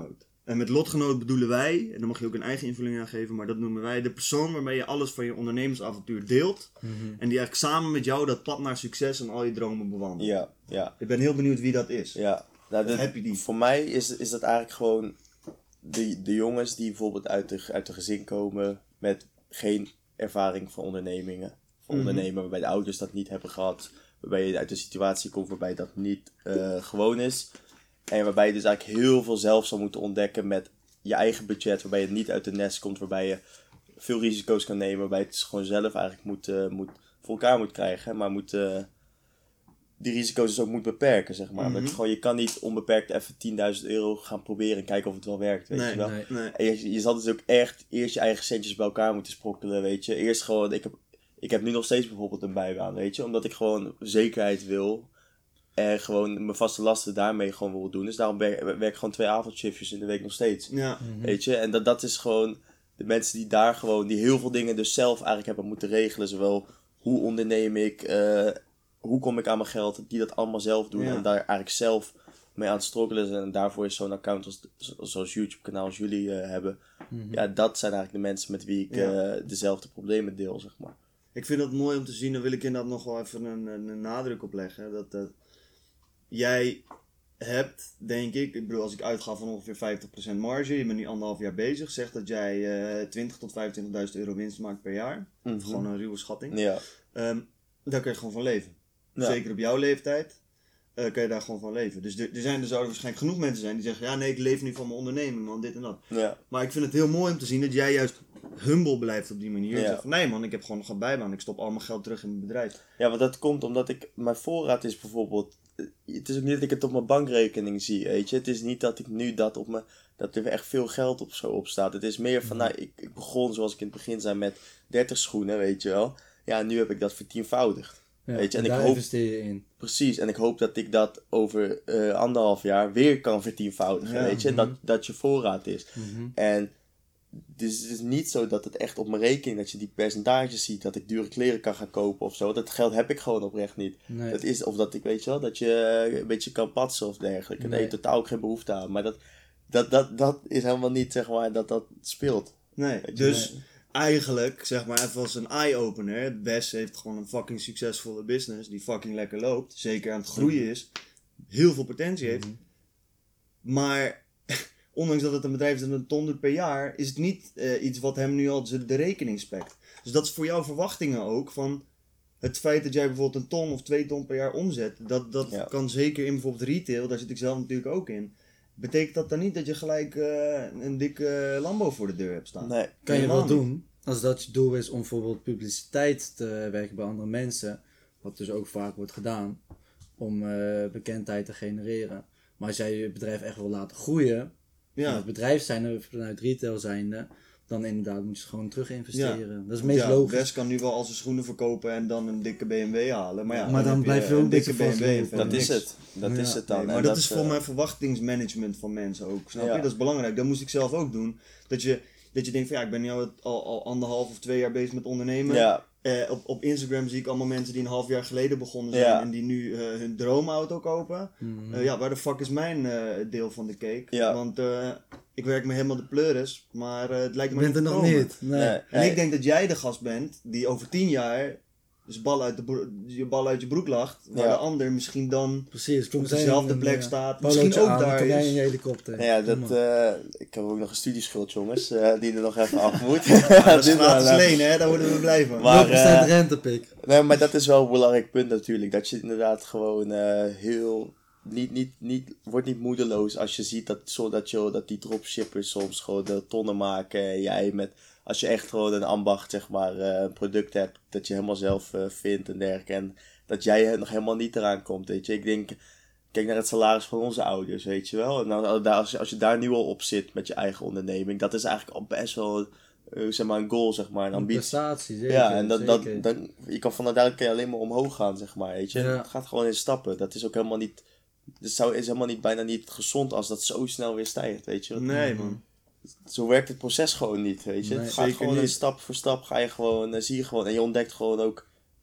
En met lotgenoot bedoelen wij, en daar mag je ook een eigen invulling aan geven, maar dat noemen wij de persoon waarmee je alles van je ondernemersavontuur deelt. Mm-hmm. En die eigenlijk samen met jou dat pad naar succes en al je dromen bewandelt. Ja, ja. Ik ben heel benieuwd wie dat is. Ja. Nou, dat, heb je die? Voor mij is, is dat eigenlijk gewoon de, de jongens die bijvoorbeeld uit de, uit de gezin komen met geen ervaring van ondernemingen. Van mm-hmm. ondernemen, waarbij de ouders dat niet hebben gehad. Waarbij je uit een situatie komt waarbij dat niet uh, gewoon is. En waarbij je dus eigenlijk heel veel zelf zou moeten ontdekken met je eigen budget. Waarbij je niet uit de nest komt, waarbij je veel risico's kan nemen. Waarbij je het dus gewoon zelf eigenlijk moet, uh, moet, voor elkaar moet krijgen. Maar moet, uh, die risico's dus ook moet beperken, zeg maar. Mm-hmm. Dat gewoon, je kan niet onbeperkt even tienduizend euro gaan proberen en kijken of het wel werkt, weet nee, je wel. Nee, nee. En je, je zal dus ook echt eerst je eigen centjes bij elkaar moeten sprokkelen, weet je. Eerst gewoon, ik heb, ik heb nu nog steeds bijvoorbeeld een bijbaan, weet je. Omdat ik gewoon zekerheid wil. En gewoon mijn vaste lasten daarmee gewoon wil doen. Dus daarom werk, werk ik gewoon twee avondshiftjes in de week nog steeds. Ja. Mm-hmm. Weet je, en dat, dat is gewoon de mensen die daar gewoon, die heel veel dingen dus zelf eigenlijk hebben moeten regelen. Zowel hoe onderneem ik, uh, hoe kom ik aan mijn geld, die dat allemaal zelf doen. Ja. En daar eigenlijk zelf mee aan het strokkelen zijn. En daarvoor is zo'n account als, zoals YouTube kanaal als jullie uh, hebben. Mm-hmm. Ja, dat zijn eigenlijk de mensen met wie ik ja. uh, dezelfde problemen deel, zeg maar. Ik vind dat mooi om te zien, daar wil ik inderdaad nog wel even een, een, een nadruk op leggen. Dat... dat jij hebt, denk ik, ik bedoel als ik uitga van ongeveer vijftig procent marge, je bent nu anderhalf jaar bezig, zegt dat jij uh, twintig tot vijfentwintigduizend euro winst maakt per jaar. Mm-hmm. Gewoon een ruwe schatting. Ja. Um, daar kun je gewoon van leven. Ja. Zeker op jouw leeftijd uh, kun je daar gewoon van leven. Dus er, er, zijn, er zouden waarschijnlijk genoeg mensen zijn die zeggen, ja nee, ik leef nu van mijn onderneming, man, dit en dat. Ja. Maar ik vind het heel mooi om te zien dat jij juist humble blijft op die manier. Ja. Zegt van, nee man, ik heb gewoon nog een bijbaan, ik stop al mijn geld terug in mijn bedrijf. Ja, want dat komt omdat ik, mijn voorraad is bijvoorbeeld, het is ook niet dat ik het op mijn bankrekening zie, weet je. Het is niet dat ik nu dat op mijn, dat er echt veel geld op zo op staat. Het is meer van, nou, ik, ik begon zoals ik in het begin zei met dertig schoenen, weet je wel. Ja, nu heb ik dat vertienvoudigd. Ja, weet je, en, en ik daar hoop, investeer je in. Precies, en ik hoop dat ik dat over uh, anderhalf jaar weer kan vertienvoudigen, ja, weet je. Mm-hmm. En dat, dat je voorraad is. Mm-hmm. En dus het is niet zo dat het echt op mijn rekening, dat je die percentages ziet, dat ik dure kleren kan gaan kopen of zo. Dat geld heb ik gewoon oprecht niet. Nee. Dat is, of dat ik, weet je wel, dat je een beetje kan patsen of dergelijke. Nee. Daar heb je totaal ook geen behoefte aan. Maar dat, dat, dat, dat is helemaal niet, zeg maar, dat dat speelt. Nee, dus nee. Eigenlijk, zeg maar, even als een eye-opener. Bes heeft gewoon een fucking succesvolle business die fucking lekker loopt. Zeker aan het groeien is. Heel veel potentie heeft. Mm-hmm. Maar ondanks dat het een bedrijf is dat een ton doet per jaar, is het niet uh, iets wat hem nu al de rekening spekt. Dus dat is voor jou verwachtingen ook van het feit dat jij bijvoorbeeld een ton of twee ton per jaar omzet. Dat, dat ja. kan zeker in bijvoorbeeld retail, daar zit ik zelf natuurlijk ook in. Betekent dat dan niet dat je gelijk uh, een dikke Lambo voor de deur hebt staan? Nee, kan je wel doen. Als dat je doel is om bijvoorbeeld publiciteit te werken bij andere mensen. Wat dus ook vaak wordt gedaan. Om uh, bekendheid te genereren. Maar als jij je bedrijf echt wil laten groeien. Ja. Vanuit bedrijf zijnde, vanuit retail zijnde. Dan inderdaad moet je het gewoon terug investeren. Ja. Dat is het meest ja, logisch. Wes kan nu wel al zijn schoenen verkopen en dan een dikke B M W halen. Maar, ja, maar dan, dan blijf je ook een dikke B M W. Dat is het. Dat ja. is het dan. Nee, maar dat, dat is voor uh... mijn verwachtingsmanagement van mensen ook. Snap ja. je? Dat is belangrijk. Dat moest ik zelf ook doen. Dat je, dat je denkt van ja, ik ben nu al, al, al anderhalf of twee jaar bezig met ondernemen. Ja. Uh, op, op Instagram zie ik allemaal mensen die een half jaar geleden begonnen zijn ja. en die nu uh, hun droomauto kopen. Mm-hmm. Uh, ja, waar de fuck is mijn uh, deel van de cake? Ja. Want uh, ik werk me helemaal de pleuris, maar uh, het lijkt me niet te komen. nog niet. Nee. En nee. ik denk dat jij de gast bent die over tien jaar dus bal uit de bro- je bal uit je broek lacht, waar ja. de ander misschien dan Precies, op dezelfde een, plek ja. staat. Polootje misschien ook aan, daar kom is. jij in je helikopter. Ja, dat, uh, ik heb ook nog een studieschuld, jongens, uh, die er nog even af moet. Ja, dat is gratis lenen, hè? Daar worden we blij van. Maar, uh, rentepik. Nee, maar dat is wel een belangrijk punt natuurlijk. Dat je inderdaad gewoon uh, heel... Niet, niet, niet, word niet moedeloos als je ziet dat, zo dat, je, dat die dropshippers soms gewoon de tonnen maken. En jij met... Als je echt gewoon een ambacht, zeg maar, uh, een product hebt dat je helemaal zelf uh, vindt en dergelijke. En dat jij nog helemaal niet eraan komt, weet je. Ik denk, kijk naar het salaris van onze ouders, weet je wel. En nou, als, je, als je daar nu al op zit met je eigen onderneming, dat is eigenlijk al best wel, uh, zeg maar, een goal, zeg maar, een ambitie. Een prestatie, zeker. Ja, en dat, dat, dan, je kan vanuit daar kan je alleen maar omhoog gaan, zeg maar, weet je. Ja. Het gaat gewoon in stappen. Dat is ook helemaal niet, het zou, is helemaal niet, bijna niet gezond als dat zo snel weer stijgt, weet je. Nee, man. Zo werkt het proces gewoon niet, weet je. Nee, het gaat gewoon niet. stap voor stap, ga je gewoon, uh, zie je gewoon. En je ontdekt gewoon ook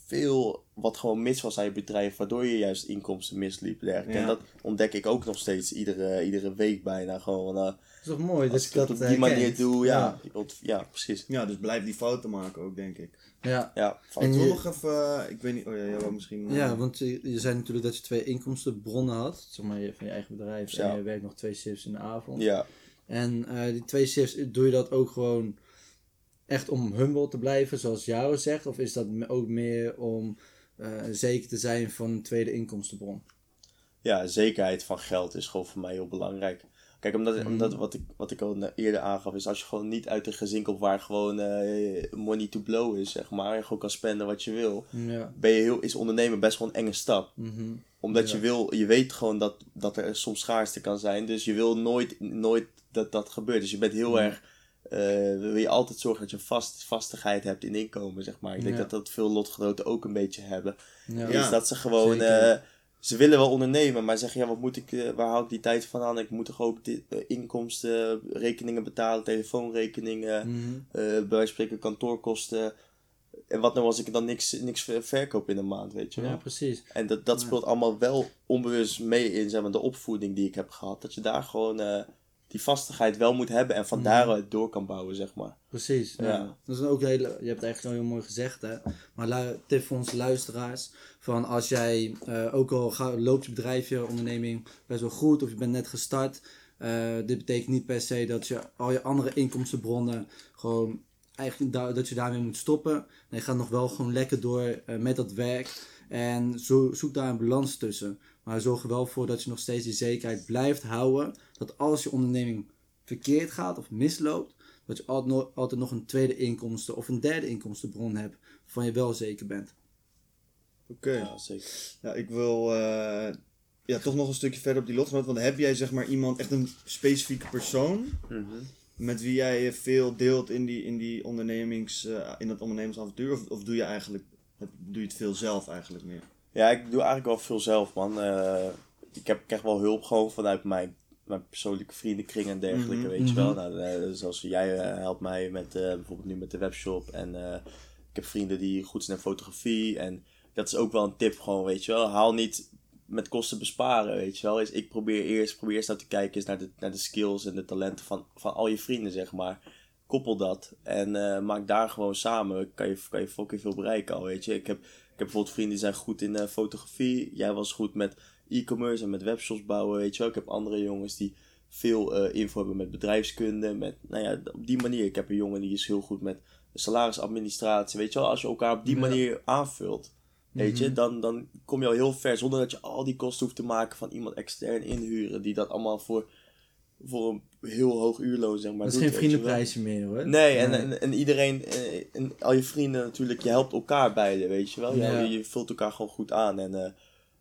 veel wat gewoon mis was aan je bedrijf, waardoor je juist inkomsten misliep. Ja. En dat ontdek ik ook nog steeds iedere, iedere week bijna. Gewoon, uh, Dat is toch mooi als dat je ik dat het op die uh, manier kent. doe, ja, Ja, ja. Want, ja, precies. Ja, dus blijf die fouten maken ook, denk ik. ja. Ja, Ik En wil je- nog even, uh, ik weet niet, oh ja, jij wou misschien... uh, Ja, want je, je zei natuurlijk dat je twee inkomstenbronnen had. Zeg maar je- van je eigen bedrijf. Ja. En je werkt nog twee shifts in de avond. Ja. En uh, die twee shifts, doe je dat ook gewoon echt om humble te blijven, zoals jou zegt? Of is dat me- ook meer om uh, zeker te zijn van een tweede inkomstenbron? Ja, zekerheid van geld is gewoon voor mij heel belangrijk. Kijk, omdat, Mhm. omdat wat, ik, wat ik al eerder aangaf, is als je gewoon niet uit een gezin komt waar gewoon eh, money to blow is, zeg maar, en gewoon kan spenden wat je wil, Ja. ben je heel, is ondernemen best wel een enge stap. Mhm. Omdat Ja. je wil, je weet gewoon dat, dat er soms schaarste kan zijn, dus je wil nooit, nooit dat dat gebeurt. Dus je bent heel Ja. erg, eh, wil je altijd zorgen dat je vast, vastigheid hebt in inkomen, zeg maar. Ik denk Ja. dat dat veel lotgenoten ook een beetje hebben. Ja. Ja. Is dat ze gewoon, zeker. eh, ze willen wel ondernemen, maar zeggen, ja, wat moet ik, eh, waar haal ik die tijd van aan? Ik moet toch ook dit, eh, inkomsten, rekeningen betalen, telefoonrekeningen, Mhm. eh, bij wijze van spreken kantoorkosten. En wat nou als ik dan niks, niks ver- verkoop in een maand, weet je wel? Ja, precies. En dat, dat Ja. speelt allemaal wel onbewust mee in, zeg maar, de opvoeding die ik heb gehad. Dat je daar gewoon eh, die vastigheid wel moet hebben en van Mhm. daaruit door kan bouwen, zeg maar. Precies. Ja. Ja. Dat is ook een hele, je hebt het eigenlijk al heel mooi gezegd, hè. Maar lu- tip voor onze luisteraars. Van als jij, uh, ook al ga, loopt je bedrijf, je onderneming best wel goed, of je bent net gestart. Uh, dit betekent niet per se dat je al je andere inkomstenbronnen gewoon, eigenlijk da- dat je daarmee moet stoppen. Nee, ga nog wel gewoon lekker door uh, met dat werk. En zo, zoek daar een balans tussen. Maar zorg er wel voor dat je nog steeds die zekerheid blijft houden. Dat als je onderneming verkeerd gaat of misloopt, dat je altijd nog, altijd nog een tweede inkomsten of een derde inkomstenbron hebt waarvan je wel zeker bent. Oké. Ja, zeker. Ja, ik wil uh, ja, toch nog een stukje verder op die lotgenoot. Want heb jij zeg maar iemand, echt een specifieke persoon, Mhm. met wie jij veel deelt in, die, in, die ondernemings, uh, in dat ondernemersavontuur? Of, of doe je eigenlijk, doe je het veel zelf eigenlijk meer? Ja, ik doe eigenlijk wel veel zelf, man. Uh, ik heb, krijg wel hulp gewoon vanuit mijn, mijn persoonlijke vriendenkring en dergelijke, Mhm. weet je wel. Mhm. Nou, uh, zoals jij uh, helpt mij met, uh, bijvoorbeeld nu met de webshop. En uh, ik heb vrienden die goed zijn in fotografie. En dat is ook wel een tip gewoon, weet je wel. Haal niet met kosten besparen, weet je wel. Is, ik probeer eerst, probeer eerst naar te kijken eens naar, de, naar de skills en de talenten van, van al je vrienden, zeg maar. Koppel dat en uh, maak daar gewoon samen. Kan je, kan je fucking veel bereiken al, weet je. Ik heb, ik heb bijvoorbeeld vrienden die zijn goed in uh, fotografie. Jij was goed met e-commerce en met webshops bouwen, weet je wel. Ik heb andere jongens die veel uh, info hebben met bedrijfskunde. Met, nou ja, op die manier. Ik heb een jongen die is heel goed met salarisadministratie, weet je wel. Als je elkaar op die Ja. manier aanvult, weet je, Mhm. dan, dan kom je al heel ver. Zonder dat je al die kosten hoeft te maken van iemand extern inhuren. Die dat allemaal voor, voor een heel hoog uurloon, zeg maar, Dat is doet, geen weet je wel. vriendenprijsje meer hoor. Nee, en, en, en iedereen, eh, en al je vrienden natuurlijk, je helpt elkaar beide, weet je wel. Je, Ja. je, je vult elkaar gewoon goed aan. En, uh,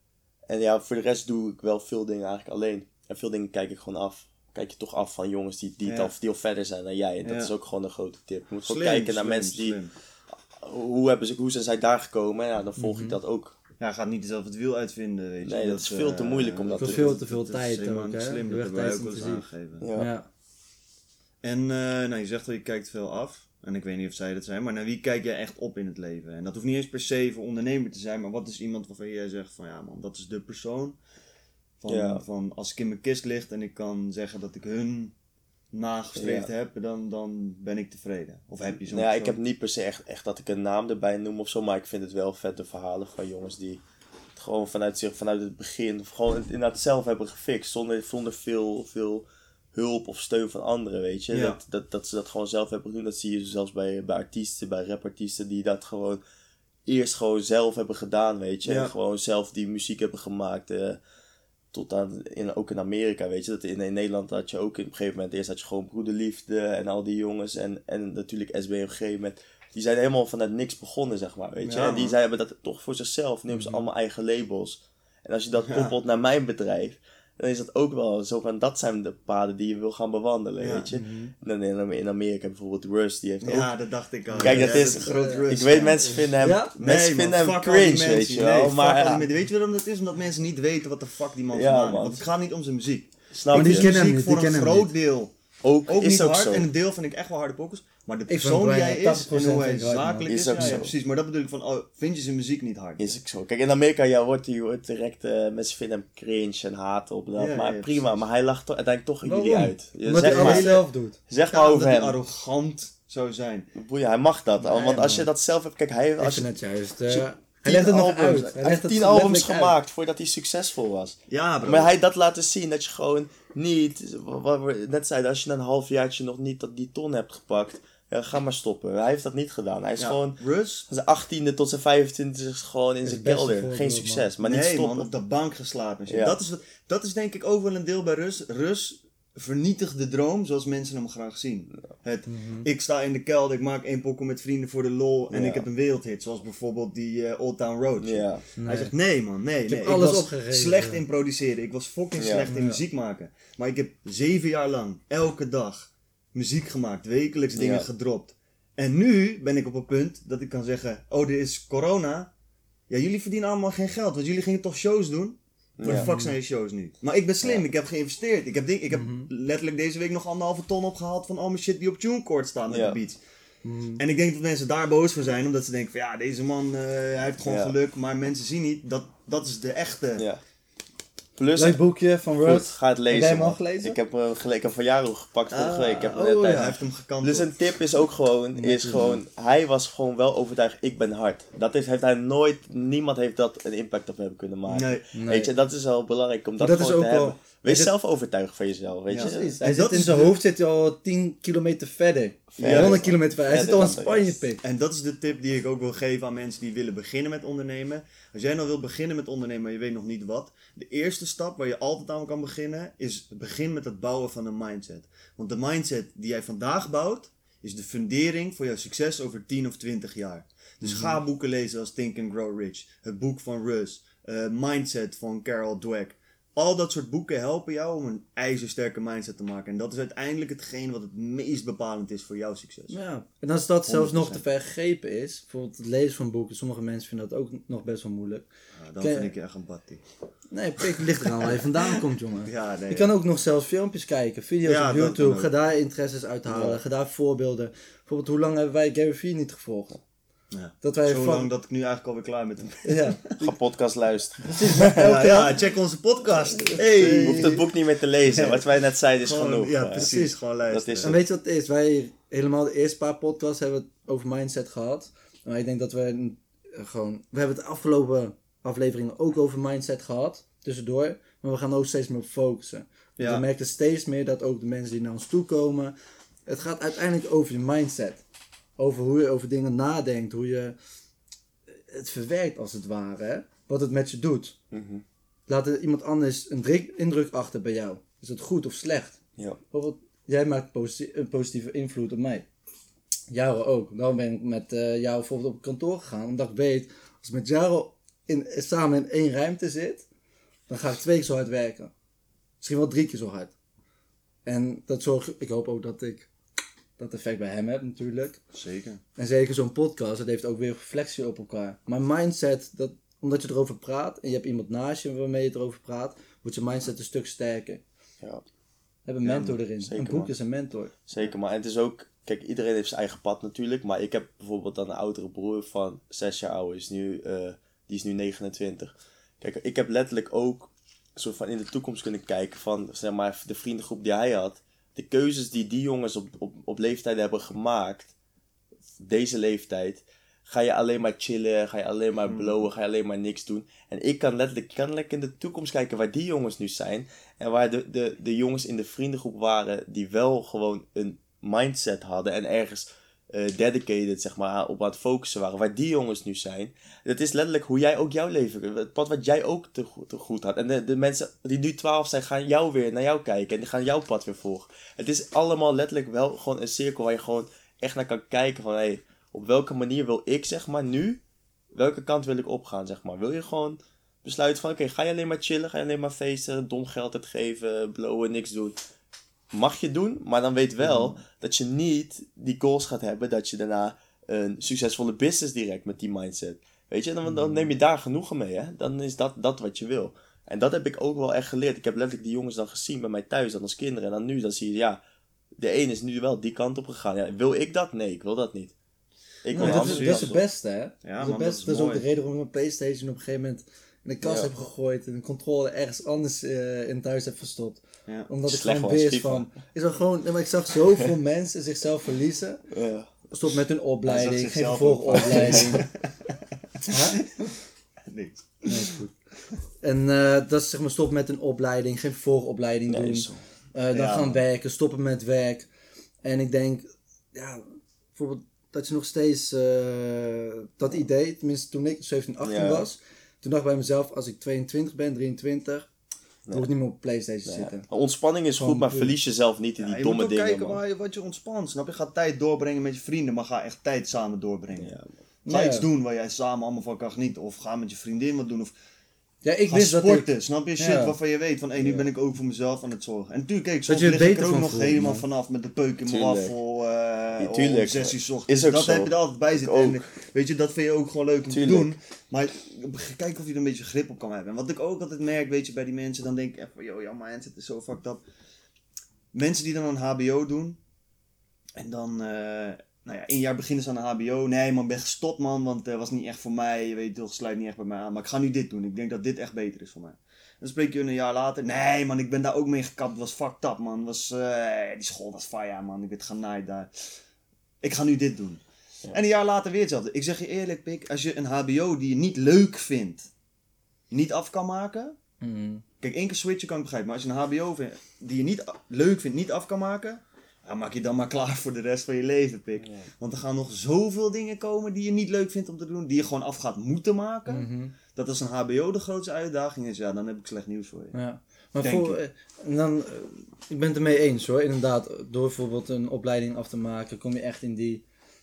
en ja, voor de rest doe ik wel veel dingen eigenlijk alleen. En veel dingen kijk ik gewoon af. Kijk je toch af van jongens die, die, Ja. het al, die al verder zijn dan jij. En dat Ja. is ook gewoon een grote tip. Je moet gewoon Slim, kijken naar slim, mensen die, slim. hoe, hebben ze, hoe zijn zij daar gekomen. En ja, dan volg Mhm. ik dat ook. Ja, gaat niet zelf het wiel uitvinden, weet je. Nee, dat is veel te moeilijk om dat te te veel doen. te veel dat is tijd helemaal ook, niet hè. slim, De dat weg hebben wij ook wel eens tijdsintensief. aangegeven. Ja. Ja. En uh, nou, je zegt al, je kijkt veel af. En ik weet niet of zij dat zijn, maar naar wie kijk jij echt op in het leven? En dat hoeft niet eens per se voor ondernemer te zijn, maar wat is iemand waarvan jij zegt van ja man, dat is de persoon. Van, Ja. van als ik in mijn kist ligt en ik kan zeggen dat ik hun nagestreefd Ja. heb, dan, dan ben ik tevreden. Of heb je zo'n Nou ja, ik persoon? heb niet per se echt, echt dat ik een naam erbij noem of zo. Maar ik vind het wel vette verhalen van jongens die het gewoon vanuit, zich, vanuit het begin gewoon het inderdaad zelf hebben gefixt. Zonder, zonder veel, veel hulp of steun van anderen, weet je. Ja. Dat, dat, dat ze dat gewoon zelf hebben gedaan. Dat zie je zelfs bij, bij artiesten, bij rapartiesten. Die dat gewoon eerst gewoon zelf hebben gedaan, weet je. Ja. En gewoon zelf die muziek hebben gemaakt. eh, tot aan, in, ook in Amerika, weet je. Dat in, in Nederland had je ook op een gegeven moment... Eerst had je gewoon Broederliefde en al die jongens. En, en natuurlijk S B M G met... Die zijn helemaal vanuit niks begonnen, zeg maar, weet je. Ja, en die man. zijn, hebben dat toch voor zichzelf. Nemen ze Mhm. allemaal eigen labels. En als je dat Ja. koppelt naar mijn bedrijf... Dan is dat ook wel zo van... Dat zijn de paden die je wil gaan bewandelen, Ja. weet je. Mhm. En dan in, in Amerika bijvoorbeeld Russ, die heeft ook... Ja, dat dacht ik al. Kijk, dat Jij is- bent een groot ik Russ Ik weet, fan. mensen vinden hem, Ja? mensen man, vinden hem fuck al die cringe, mensen. weet je Nee, wel. fuck maar al die ja, mensen. Weet je waarom dat is? Omdat mensen niet weten wat de fuck die man Ja, vandaan man. heeft. Want het gaat niet om zijn muziek. snap Maar die je? kennen hem muziek niet, voor die een kennen hem groot niet. deel Ook, Ook is niet ook hard. zo. En een deel vind ik echt wel harde pokkers. Maar de vind persoon die Brian hij is tachtig en hoe procent hij vind ik hard, man. zakelijk is. Is ook ja, ja, zo. precies. Maar dat bedoel ik van, oh, vind je zijn muziek niet hard? Is ook zo. Kijk, in Amerika, ja, wordt hij wordt direct, uh, mensen vinden hem cringe en haten op dat. Ja, maar ja, prima, precies. maar hij lacht toch uiteindelijk toch Waarom? jullie uit. Ja, Omdat zeg hij alles maar, zelf doet. zeg Ja, maar over omdat hij hem. arrogant zou zijn. Boeien, hij mag dat. Nee, want als man. je dat zelf hebt, kijk, hij, Ik als je, vind het juist... als je Uh, hij legt het nog albums- uit. Hij legt heeft het tien albums letterlijk gemaakt voordat hij succesvol was. Ja, bro. Maar hij dat laten zien dat je gewoon niet, wat we net zeiden, als je na een halfjaartje nog niet dat die ton hebt gepakt, ja, ga maar stoppen. Hij heeft dat niet gedaan. Hij is Ja, gewoon Russ? van zijn achttiende tot zijn vijfentwintigste gewoon in Is zijn het beste kelder. voorbeeld, Geen man. succes, maar niet nee, stoppen. man, op de bank geslapen. en shit. Ja. Dat, is wat, dat is denk ik ook wel een deel bij Rus. Rus vernietigt de droom zoals mensen hem graag zien. Het, ik sta in de kelder, ik maak één pokoe met vrienden voor de lol en Ja. ik heb een wereldhit. Zoals bijvoorbeeld die eh, Old Town Road. shit. Ja. Hij zegt, nee man, nee, nee. heb Ik alles was opgegeven. slecht in produceren. Ik was fucking Ja. slecht in Ja. muziek maken. Maar ik heb zeven jaar lang, elke dag, muziek gemaakt. Wekelijks dingen Ja. gedropt. En nu ben ik op een punt dat ik kan zeggen, oh, er is corona. Ja, jullie verdienen allemaal geen geld, want jullie gingen toch shows doen? Voor Ja. de fuck zijn je shows nu? Maar ik ben slim, Ja. ik heb geïnvesteerd. Ik heb, ding, ik heb Mhm. letterlijk deze week nog anderhalve ton opgehaald van al mijn shit die op TuneCord staat met Ja. de beats. Mhm. En ik denk dat mensen daar boos voor zijn, omdat ze denken van ja, deze man eh, hij heeft gewoon Ja. geluk, maar mensen zien niet, dat, dat is de echte. Ja. Plus, Leuk boekje van goed, Russ. ga het lezen. Heb jij hem al man. gelezen? Ik heb hem gele- ik heb van Jaro gepakt vorige Ah, week. Ik heb hem oh, net ja. Hij uit- heeft hem gekant. Dus een tip is ook gewoon, is gewoon, hij was gewoon wel overtuigd, ik ben hard. Dat is, heeft hij nooit, niemand heeft dat een impact op hem kunnen maken. Nee. Nee. Weet je, dat is wel belangrijk om dat, Maar dat is gewoon te ook wel- hebben. Wees Hij zelf overtuigd van jezelf, weet Ja, je. Precies. En Hij dat zit in is zijn de- hoofd zit hij al tien kilometer verder. Verder. honderd kilometer verder. Hij zit al in Verder dan de Spanje, rest. pik. En dat is de tip die ik ook wil geven aan mensen die willen beginnen met ondernemen. Als jij nou wil beginnen met ondernemen, maar je weet nog niet wat. De eerste stap waar je altijd aan kan beginnen, is begin met het bouwen van een mindset. Want de mindset die jij vandaag bouwt, is de fundering voor jouw succes over tien of twintig jaar. Dus ga boeken lezen als Think and Grow Rich. Het boek van Russ. eh, Mindset van Carol Dweck. Al dat soort boeken helpen jou om een ijzersterke mindset te maken. En dat is uiteindelijk hetgeen wat het meest bepalend is voor jouw succes. Ja. En als dat zelfs honderd nog te procent. ver gegrepen is, bijvoorbeeld het lezen van boeken, sommige mensen vinden dat ook nog best wel moeilijk. Ja, dan Ken- vind ik je echt een battie. Nee, pik ligt eraan waar je vandaan komt, jongen. Ja, nee. Je kan ook nog zelfs filmpjes kijken, video's Ja, op dat YouTube, kan ook. ga daar interesses uithalen, Ja. ga daar voorbeelden. Bijvoorbeeld, hoe lang hebben wij Gary Vee niet gevolgd? Ja. Dat wij Zo van- lang dat ik nu eigenlijk alweer klaar met hem Ja, Ga podcast luisteren. Ja, ja, check onze podcast. Hey. Je hoeft het boek niet meer te lezen. Wat wij net zeiden is Gewoon, genoeg. ja, Maar- precies. Gewoon luisteren. Dat is en weet je wat het is? Wij helemaal de eerste paar podcasts hebben het over mindset gehad. Maar ik denk dat we een- gewoon... We hebben het de afgelopen afleveringen ook over mindset gehad, tussendoor. Maar we gaan ook steeds meer op focussen. Dus Ja. we merken steeds meer dat ook de mensen die naar ons toe komen... Het gaat uiteindelijk over je mindset. Over hoe je over dingen nadenkt, hoe je het verwerkt als het ware. Hè? Wat het met je doet. Mhm. Laat er iemand anders een drik- indruk achter bij jou. Is het goed of slecht? Ja. Bijvoorbeeld, jij maakt posi- een positieve invloed op mij. Jaro ook. Daarom ben ik met eh, jou bijvoorbeeld op kantoor gegaan. Omdat ik weet, als ik met Jaro in, samen in één ruimte zit, dan ga ik twee keer zo hard werken. Misschien wel drie keer zo hard. En dat zorgt, ik hoop ook dat ik dat effect bij hem heb natuurlijk. Zeker. En zeker zo'n podcast, dat heeft ook weer reflectie op elkaar. Maar mindset, dat, omdat je erover praat en je hebt iemand naast je waarmee je erover praat, wordt je mindset een stuk sterker. Ja. We hebben een mentor erin. zeker, een boek man. is een mentor. Zeker, maar en het is ook... Kijk, iedereen heeft zijn eigen pad natuurlijk. Maar ik heb bijvoorbeeld dan een oudere broer van zes jaar oud. Is nu, eh, die is nu negenentwintig. Kijk, ik heb letterlijk ook een soort van in de toekomst kunnen kijken van, zeg maar, de vriendengroep die hij had. De keuzes die die jongens op, op, op leeftijd hebben gemaakt. Deze leeftijd. Ga je alleen maar chillen, ga je alleen maar blowen, ga je alleen maar niks doen. En ik kan letterlijk, kan letterlijk in de toekomst kijken waar die jongens nu zijn. En waar de, de, de jongens in de vriendengroep waren die wel gewoon een mindset hadden en ergens uh, dedicated, zeg maar, op aan het focussen waren. Waar die jongens nu zijn. Dat is letterlijk hoe jij ook jouw leven, het pad wat jij ook te goed, te goed had. En de, de mensen die nu twaalf zijn, gaan jou weer naar jou kijken en die gaan jouw pad weer volgen. Het is allemaal letterlijk wel gewoon een cirkel waar je gewoon echt naar kan kijken van, hey, op welke manier wil ik, zeg maar, nu, welke kant wil ik opgaan, zeg maar. Wil je gewoon besluiten van, oké, okay, ga je alleen maar chillen, ga je alleen maar feesten, dom geld uitgeven, blowen, niks doen. Mag je doen, maar dan weet wel dat je niet die goals gaat hebben, dat je daarna een succesvolle business direct met die mindset. Weet je, dan, dan neem je daar genoegen mee, hè. Dan is dat, dat wat je wil. En dat heb ik ook wel echt geleerd. Ik heb letterlijk die jongens dan gezien bij mij thuis, dan als kinderen. En dan nu, dan zie je, ja, de een is nu wel die kant op gegaan. Ja, wil ik dat? Nee, ik wil dat niet. Ik wil Nee, de dat, is, andere dat is kant het op. beste, hè? Ja, dat is, man, het beste. dat is Dat is ook mooi. de reden waarom ik mijn PlayStation op een gegeven moment in de kast Ja. heb gegooid en de controle ergens anders uh, in thuis heb verstopt. Ja. Omdat ik Slecht gewoon was, wist FIFA. van... Ik zag gewoon... nee, maar ik zag zoveel mensen zichzelf verliezen. Ja. Stop met hun Hij opleiding, zag geen zichzelf ook vervolgopleiding. Huh? Niks. Nee, is goed. En uh, dat is zeg maar stop met een opleiding, geen vervolgopleiding Nee, doen. is zo. Uh, dan Ja, gaan man. werken, stoppen met werk. En ik denk, ja, bijvoorbeeld dat je nog steeds uh, dat idee, tenminste toen ik zeventien, achttien Ja. was, toen dacht ik bij mezelf, als ik tweeëntwintig ben, drieëntwintig, Nee. hoef ik niet meer op PlayStation Nee. zitten. Ontspanning is Gewoon goed, maar doen. verlies jezelf niet in die Ja, je domme moet ook dingen, kijken man. waar je, wat je ontspant. Snap je? Ga tijd doorbrengen met je vrienden, maar ga echt tijd samen doorbrengen. Ja, Ga Ja. iets doen waar jij samen allemaal van kan genieten. Of ga met je vriendin wat doen. Of Ja, ik ga wist dat sporten. ik... Snap je? Shit Ja. waarvan je weet van hé, nu Ja. ben ik ook voor mezelf aan het zorgen. En natuurlijk, kijk, Dat soms je er lig ik beter er ook van nog voelt, helemaal man. vanaf met de peuk in mijn Tuurlijk. wafel. Uh, Ja, tuurlijk. om zes uur 's ochtends. Is ook dat zo. heb je er altijd bij zitten. Ik En, weet je, dat vind je ook gewoon leuk om Tuurlijk. te doen. Maar kijk of je er een beetje grip op kan hebben. En wat ik ook altijd merk, weet je, bij die mensen, dan denk ik echt van, yo, jouw mindset is zo fucked up. Mensen die dan een H B O doen. En dan, uh, nou ja, één jaar beginnen ze aan een H B O. Nee man, ik ben gestopt man, want het uh, was niet echt voor mij. Je weet toch, sluit niet echt bij mij aan. Maar ik ga nu dit doen. Ik denk dat dit echt beter is voor mij. Dan spreek je een jaar later. Nee man, ik ben daar ook mee gekapt. Het was fucked up man. Was, uh, die school was fire man. Ik werd genaaid daar. Ik ga nu dit doen. Ja. En een jaar later weer hetzelfde. Ik zeg je eerlijk, Pik. Als je een H B O die je niet leuk vindt, niet af kan maken. Mm. Kijk, één keer switchen kan ik begrijpen. Maar als je een H B O vindt, die je niet leuk vindt, niet af kan maken. Ja, maak je dan maar klaar voor de rest van je leven, Pik. Ja. Want er gaan nog zoveel dingen komen die je niet leuk vindt om te doen. Die je gewoon af gaat moeten maken. Mm-hmm. Dat als een H B O de grootste uitdaging is, ja, dan heb ik slecht nieuws voor je. Ja. Maar Denk voor, ik. eh, dan, uh, ik ben het ermee eens hoor, inderdaad. Door bijvoorbeeld een opleiding af te maken, kom je echt in die...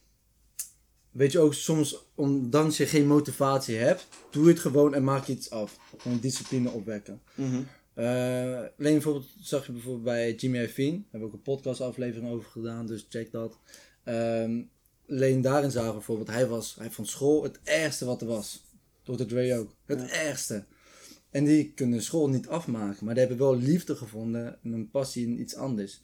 Weet je ook, soms, ondanks je geen motivatie hebt, doe je het gewoon en maak je iets af. Gewoon discipline opwekken. Mm-hmm. Uh, alleen bijvoorbeeld, zag je bijvoorbeeld bij Jimmy Iovine, daar hebben we ook een podcast aflevering over gedaan, dus check dat. Um, alleen daarin zagen we bijvoorbeeld, hij was, hij vond school het ergste wat er was. Doctor Dre ook, het Ja. ergste. En die kunnen school niet afmaken, maar die hebben wel liefde gevonden en een passie in iets anders.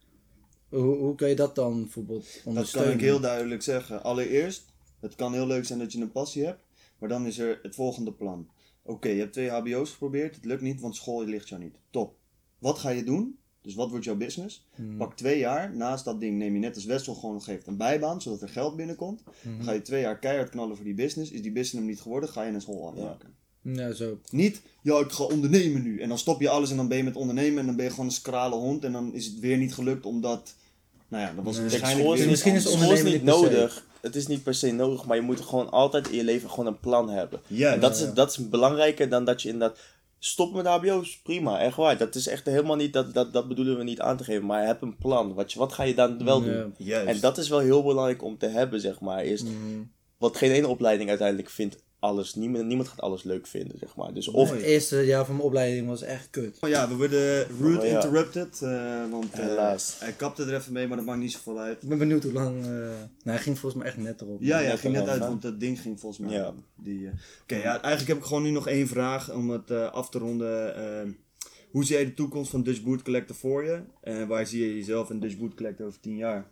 Hoe, hoe kan je dat dan bijvoorbeeld Dat ondersteunen? kan ik heel duidelijk zeggen. Allereerst, het kan heel leuk zijn dat je een passie hebt. Maar dan is er het volgende plan. Oké, okay, je hebt twee H B O's geprobeerd. Het lukt niet, want school ligt jou niet. Top. Wat ga je doen? Dus wat wordt jouw business? Hmm. Pak twee jaar. Naast dat ding neem je net als Wessel gewoon nog even een bijbaan. Zodat er geld binnenkomt. Hmm. Dan ga je twee jaar keihard knallen voor die business. Is die business hem niet geworden, ga je een school afmaken. Ja, zo. Niet, ja, ik ga ondernemen nu. En dan stop je alles en dan ben je met ondernemen. En dan ben je gewoon een skrale hond. En dan is het weer niet gelukt omdat... Nou ja, dat was Nee. Kijk, waarschijnlijk school is, weer misschien iets is anders. school is niet ondernemen niet per se. nodig. Het is niet per se nodig, maar je moet gewoon altijd in je leven gewoon een plan hebben. Ja, En dat, ja. is, dat is belangrijker dan dat je inderdaad... Stoppen met H B O's, prima, echt waar. Dat is echt helemaal niet, dat, dat, dat bedoelen we niet aan te geven. Maar heb een plan. Wat, je, wat ga je dan wel doen? Ja. Juist. En dat is wel heel belangrijk om te hebben, zeg maar. Is, Mm. wat geen ene opleiding uiteindelijk vindt alles. Niemand, niemand gaat alles leuk vinden, zeg maar. Dus of... Het eerste jaar van mijn opleiding was echt kut. Oh ja, we worden rude Oh ja. interrupted, uh, want uh, Helaas. hij kapte er even mee, maar dat maakt niet zoveel uit. Ik ben benieuwd hoe lang... Uh... Nou, hij ging volgens mij echt net erop. Ja, ja, Net het ging net eraf, uit, hè? want dat ding ging volgens mij. Ja. Die, uh... Oké, okay, ja, eigenlijk heb ik gewoon nu nog één vraag om het uh, af te ronden. Uh, hoe zie jij de toekomst van Dutch Boot Collector voor je? En waar zie je jezelf in Dutch Boot Collector over tien jaar?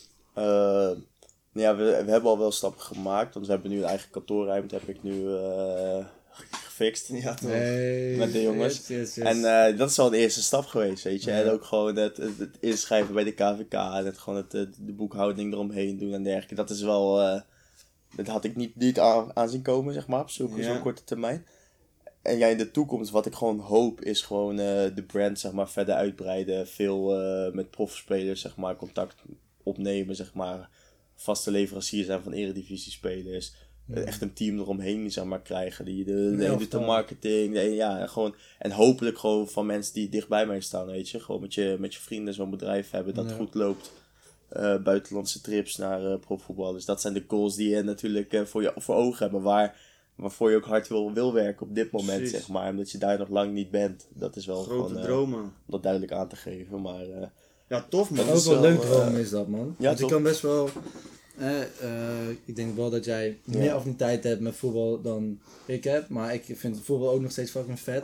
Uh, ja, we, we hebben al wel stappen gemaakt. Want we hebben nu een eigen kantoorruimte, heb ik nu uh, gefixt. Ja, toch? Hey, Met de jongens. yes, yes, yes. En uh, dat is al de eerste stap geweest, weet je. Ja. En ook gewoon het, het, het inschrijven bij de K V K. En het, gewoon het, het, de boekhouding eromheen doen en dergelijke. Dat is wel... Uh, dat had ik niet, niet aan, aan zien komen, zeg maar, op zo'n Ja. zo'n korte termijn. En ja, in de toekomst, wat ik gewoon hoop, is gewoon uh, de brand, zeg maar, verder uitbreiden. Veel uh, met profspelers, zeg maar, contact opnemen, zeg maar. Vaste leveranciers zijn van eredivisie-spelers. Ja. Echt een team eromheen, zeg maar, krijgen. Die de, de, Ja, een of doet de dan- marketing, de een, ja, en gewoon... En hopelijk gewoon van mensen die dicht bij mij staan, weet je. Gewoon met je, met je vrienden zo'n bedrijf hebben dat Ja. goed loopt. Uh, buitenlandse trips naar uh, profvoetballers. Dat zijn de goals die je natuurlijk uh, voor, je, voor ogen hebt. Maar waar, waarvoor je ook hard wil, wil werken op dit moment, Precies. zeg maar. Omdat je daar nog lang niet bent. Dat is wel Grote gewoon... uh, dromen. om dat duidelijk aan te geven. Maar uh, Ja, tof man. Ook is wel wel, leuk eh, dromen is dat, man. ja, Want je toch? kan best wel... Eh, eh, ik denk wel dat jij meer Ja. affiniteit hebt met voetbal dan ik heb. Maar ik vind voetbal ook nog steeds fucking vet.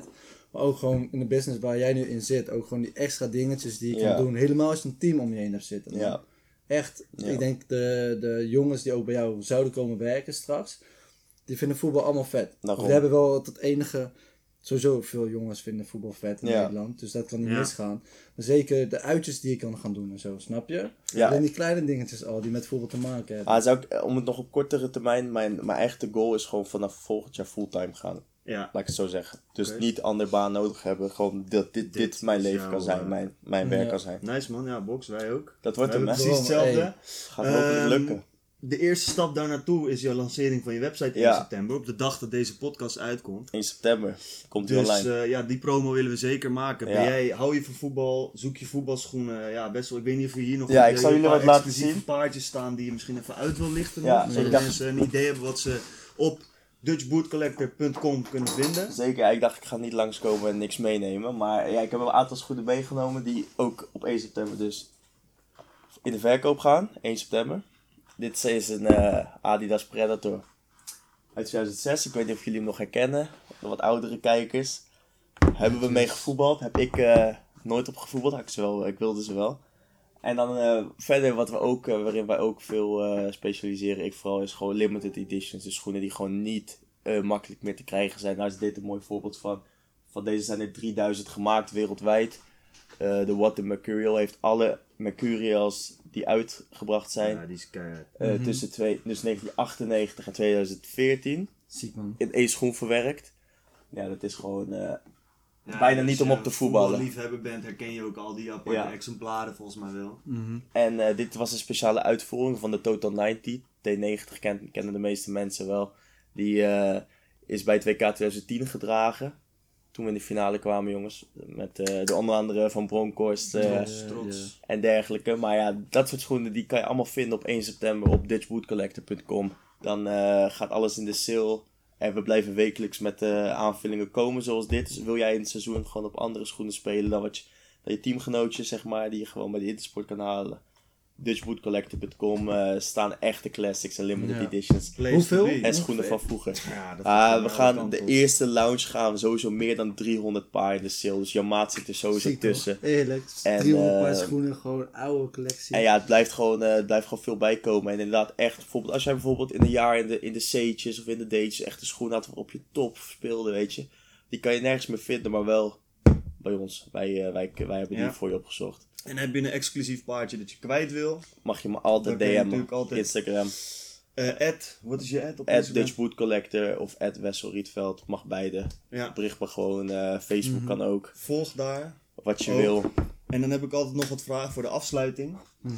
Maar ook gewoon in de business waar jij nu in zit. Ook gewoon die extra dingetjes die je Ja. kan doen. Helemaal als je een team om je heen hebt zitten. man. Ja. Echt, Ja. ik denk de, de jongens die ook bij jou zouden komen werken straks. Die vinden voetbal allemaal vet. Daarom. Of die hebben wel het enige... Sowieso veel jongens vinden voetbal vet in Ja. Nederland. Dus dat kan niet Ja. misgaan. Maar zeker de uitjes die je kan gaan doen en zo, snap je? Ja. Alleen die kleine dingetjes al die met voetbal te maken hebben. Ah, zou ik, om het nog op kortere termijn, mijn, mijn echte goal is gewoon vanaf volgend jaar fulltime gaan. Ja. Laat ik het zo zeggen. Dus Oké. niet andere baan nodig hebben. Gewoon dat dit, dit, Dit mijn is leven jouw, kan zijn. eh, Mijn, mijn ja. werk kan zijn. Nice man, ja, box, wij ook. Dat wordt We hem, hè? hebben precies Bro, hetzelfde. hey. Gaat hopelijk Ehm, lukken. De eerste stap daar naartoe is jouw lancering van je website in Ja. september. Op de dag dat deze podcast uitkomt. In september komt hij Dus online. eh, ja, die promo willen we zeker maken. Ja. Ben jij, hou je van voetbal, zoek je voetbalschoenen. Ja, best wel. Ik weet niet of je hier nog Ja, een- ik zal een jullie paar wat laten exclusieve zien. paardjes staan die je misschien even uit wil lichten. Ja, nog, zodat ik dacht- mensen een idee hebben wat ze op dutch boot collector punt com kunnen vinden. Zeker, ja, ik dacht ik ga niet langskomen en niks meenemen. Maar ja, ik heb wel een aantal schoenen meegenomen die ook op één september dus in de verkoop gaan. één september. Dit is een eh, Adidas Predator uit tweeduizend zes. Ik weet niet of jullie hem nog herkennen. De wat oudere kijkers. Hebben we mee gevoetbald. Heb ik eh, nooit op gevoetbald. Had ik, ze wel, ik wilde ze wel. En dan eh, verder wat we ook, eh, waarin wij ook veel eh, specialiseren, ik vooral, is gewoon limited editions. Dus schoenen die gewoon niet eh, makkelijk meer te krijgen zijn. Daar is dit een mooi voorbeeld van. Van deze zijn er drieduizend gemaakt wereldwijd. Eh, de What the Mercurial heeft alle Mercurials die uitgebracht zijn. Ja, die is keihard. eh, tussen twee, dus negentien achtennegentig en tweeduizend veertien Ziek man. in één schoen verwerkt. Ja, dat is gewoon eh, Ja, bijna als niet om je op te voetballen. voetballiefhebber bent, herken je ook al die aparte Ja. exemplaren volgens mij wel. En eh, dit was een speciale uitvoering van de Total negentig. T negentig ken, kennen de meeste mensen wel. Die eh, is bij het W K tweeduizend tien gedragen. Toen we in de finale kwamen, jongens. Met eh, de onder andere Van Bronckhorst eh, Trots, trots. en dergelijke. Maar ja, dat soort schoenen die kan je allemaal vinden op één september op dutch boot collector punt com. Dan eh, gaat alles in de sale. En we blijven wekelijks met uh, aanvullingen komen zoals dit. Dus wil jij in het seizoen gewoon op andere schoenen spelen dan wat je, dan je teamgenootjes, zeg maar, die je gewoon bij de Intersport kan halen. dutch boot collector punt com uh, staan echte classics en limited Ja. editions. Place Hoeveel? to be. En schoenen van vroeger. Ja, dat Ah, gaat we alle gaan kanten de op. eerste launch gaan we sowieso meer dan driehonderd paar in de sale. Dus jouw maat zit er sowieso Ziek, tussen. toch? Eerlijk. En, driehonderd paar eh, schoenen, gewoon oude collectie. En ja, het blijft gewoon, uh, het blijft gewoon veel bijkomen. En inderdaad echt, bijvoorbeeld als jij bijvoorbeeld in een jaar in de, in de C'tjes of in de D'tjes echt een schoen had waarop je top speelde, weet je. Die kan je nergens meer vinden, maar wel bij ons. Wij, uh, wij, wij hebben die Ja. voor je opgezocht. En heb je een exclusief paardje dat je kwijt wil? Mag je me altijd Dan kun je D M'en natuurlijk op altijd- Instagram. Eh Ed, wat is je ad op At Instagram? Dutch Boot Collector of at Wessel Rietveld. Mag beide. Ja, Bericht me gewoon. uh, Facebook kan ook. volg daar. Wat je Ook. wil. En dan heb ik altijd nog wat vragen voor de afsluiting.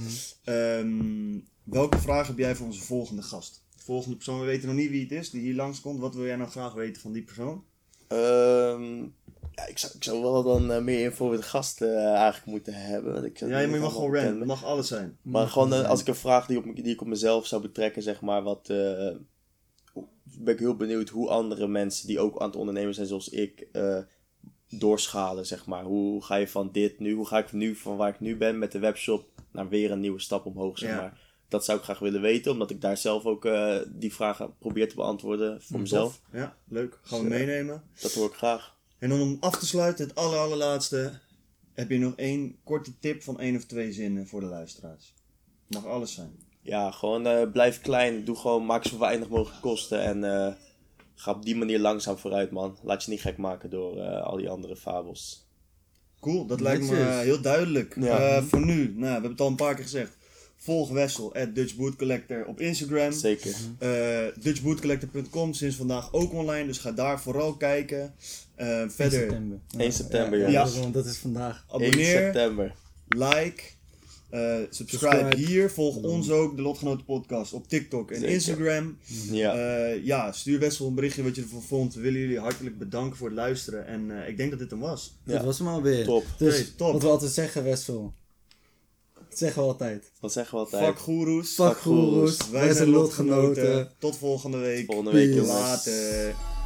Ehm, welke vraag heb jij voor onze volgende gast? De volgende persoon, we weten nog niet wie het is, die hier langskomt. Wat wil jij nou graag weten van die persoon? Ehm, ja, ik, zou, ik zou wel dan uh, meer info over de gast uh, eigenlijk moeten hebben. Want ik zou Ja, het maar je niet mag gewoon allemaal random, kennen. het mag alles zijn. Maar gewoon uh, als ik een vraag die, op, me- die ik op mezelf zou betrekken, zeg maar, wat... uh, hoe- ben ik heel benieuwd hoe andere mensen die ook aan het ondernemen zijn zoals ik, uh, doorschalen, zeg maar. Hoe ga je van dit nu, hoe ga ik nu van waar ik nu ben met de webshop naar weer een nieuwe stap omhoog, zeg Ja. maar. Dat zou ik graag willen weten, omdat ik daar zelf ook uh, die vragen probeer te beantwoorden voor mezelf. Tof. Ja, leuk. Gaan we Dus, uh, meenemen. Dat hoor ik graag. En dan om af te sluiten, het aller, allerlaatste. Heb je nog één korte tip van één of twee zinnen voor de luisteraars? Mag alles zijn. Ja, gewoon uh, blijf klein. Doe gewoon, maak zo weinig mogelijk kosten. En uh, ga op die manier langzaam vooruit, man. Laat je niet gek maken door uh, al die andere fabels. Cool, dat lijkt me Netjes. uh, heel duidelijk. Ja. Uh, voor nu, nou, we hebben het al een paar keer gezegd. Volg Wessel, at Dutch Boot Collector op Instagram. Zeker. Uh, dutch boot collector punt com, sinds vandaag ook online, dus ga daar vooral kijken. Uh, verder, september. één september, ja. Ja. Dat, is, want dat is vandaag. één abonneer, september. like, uh, subscribe, Subscribe. hier. Volg ons ook, de Lotgenoten Podcast, op TikTok en Zeker. Instagram. Ja. Uh, ja, stuur Wessel een berichtje wat je ervan vond. We willen jullie hartelijk bedanken voor het luisteren. En uh, ik denk dat dit hem was. Dat Ja. was hem alweer. Top. Dus, Hey, top. wat we altijd zeggen, Wessel. Dat zeggen we altijd. Wat zeggen we altijd? Fuck goeroes. Fuck goeroes. Wij zijn lotgenoten. Tot volgende week. Volgende week, Peace. jongens. Later.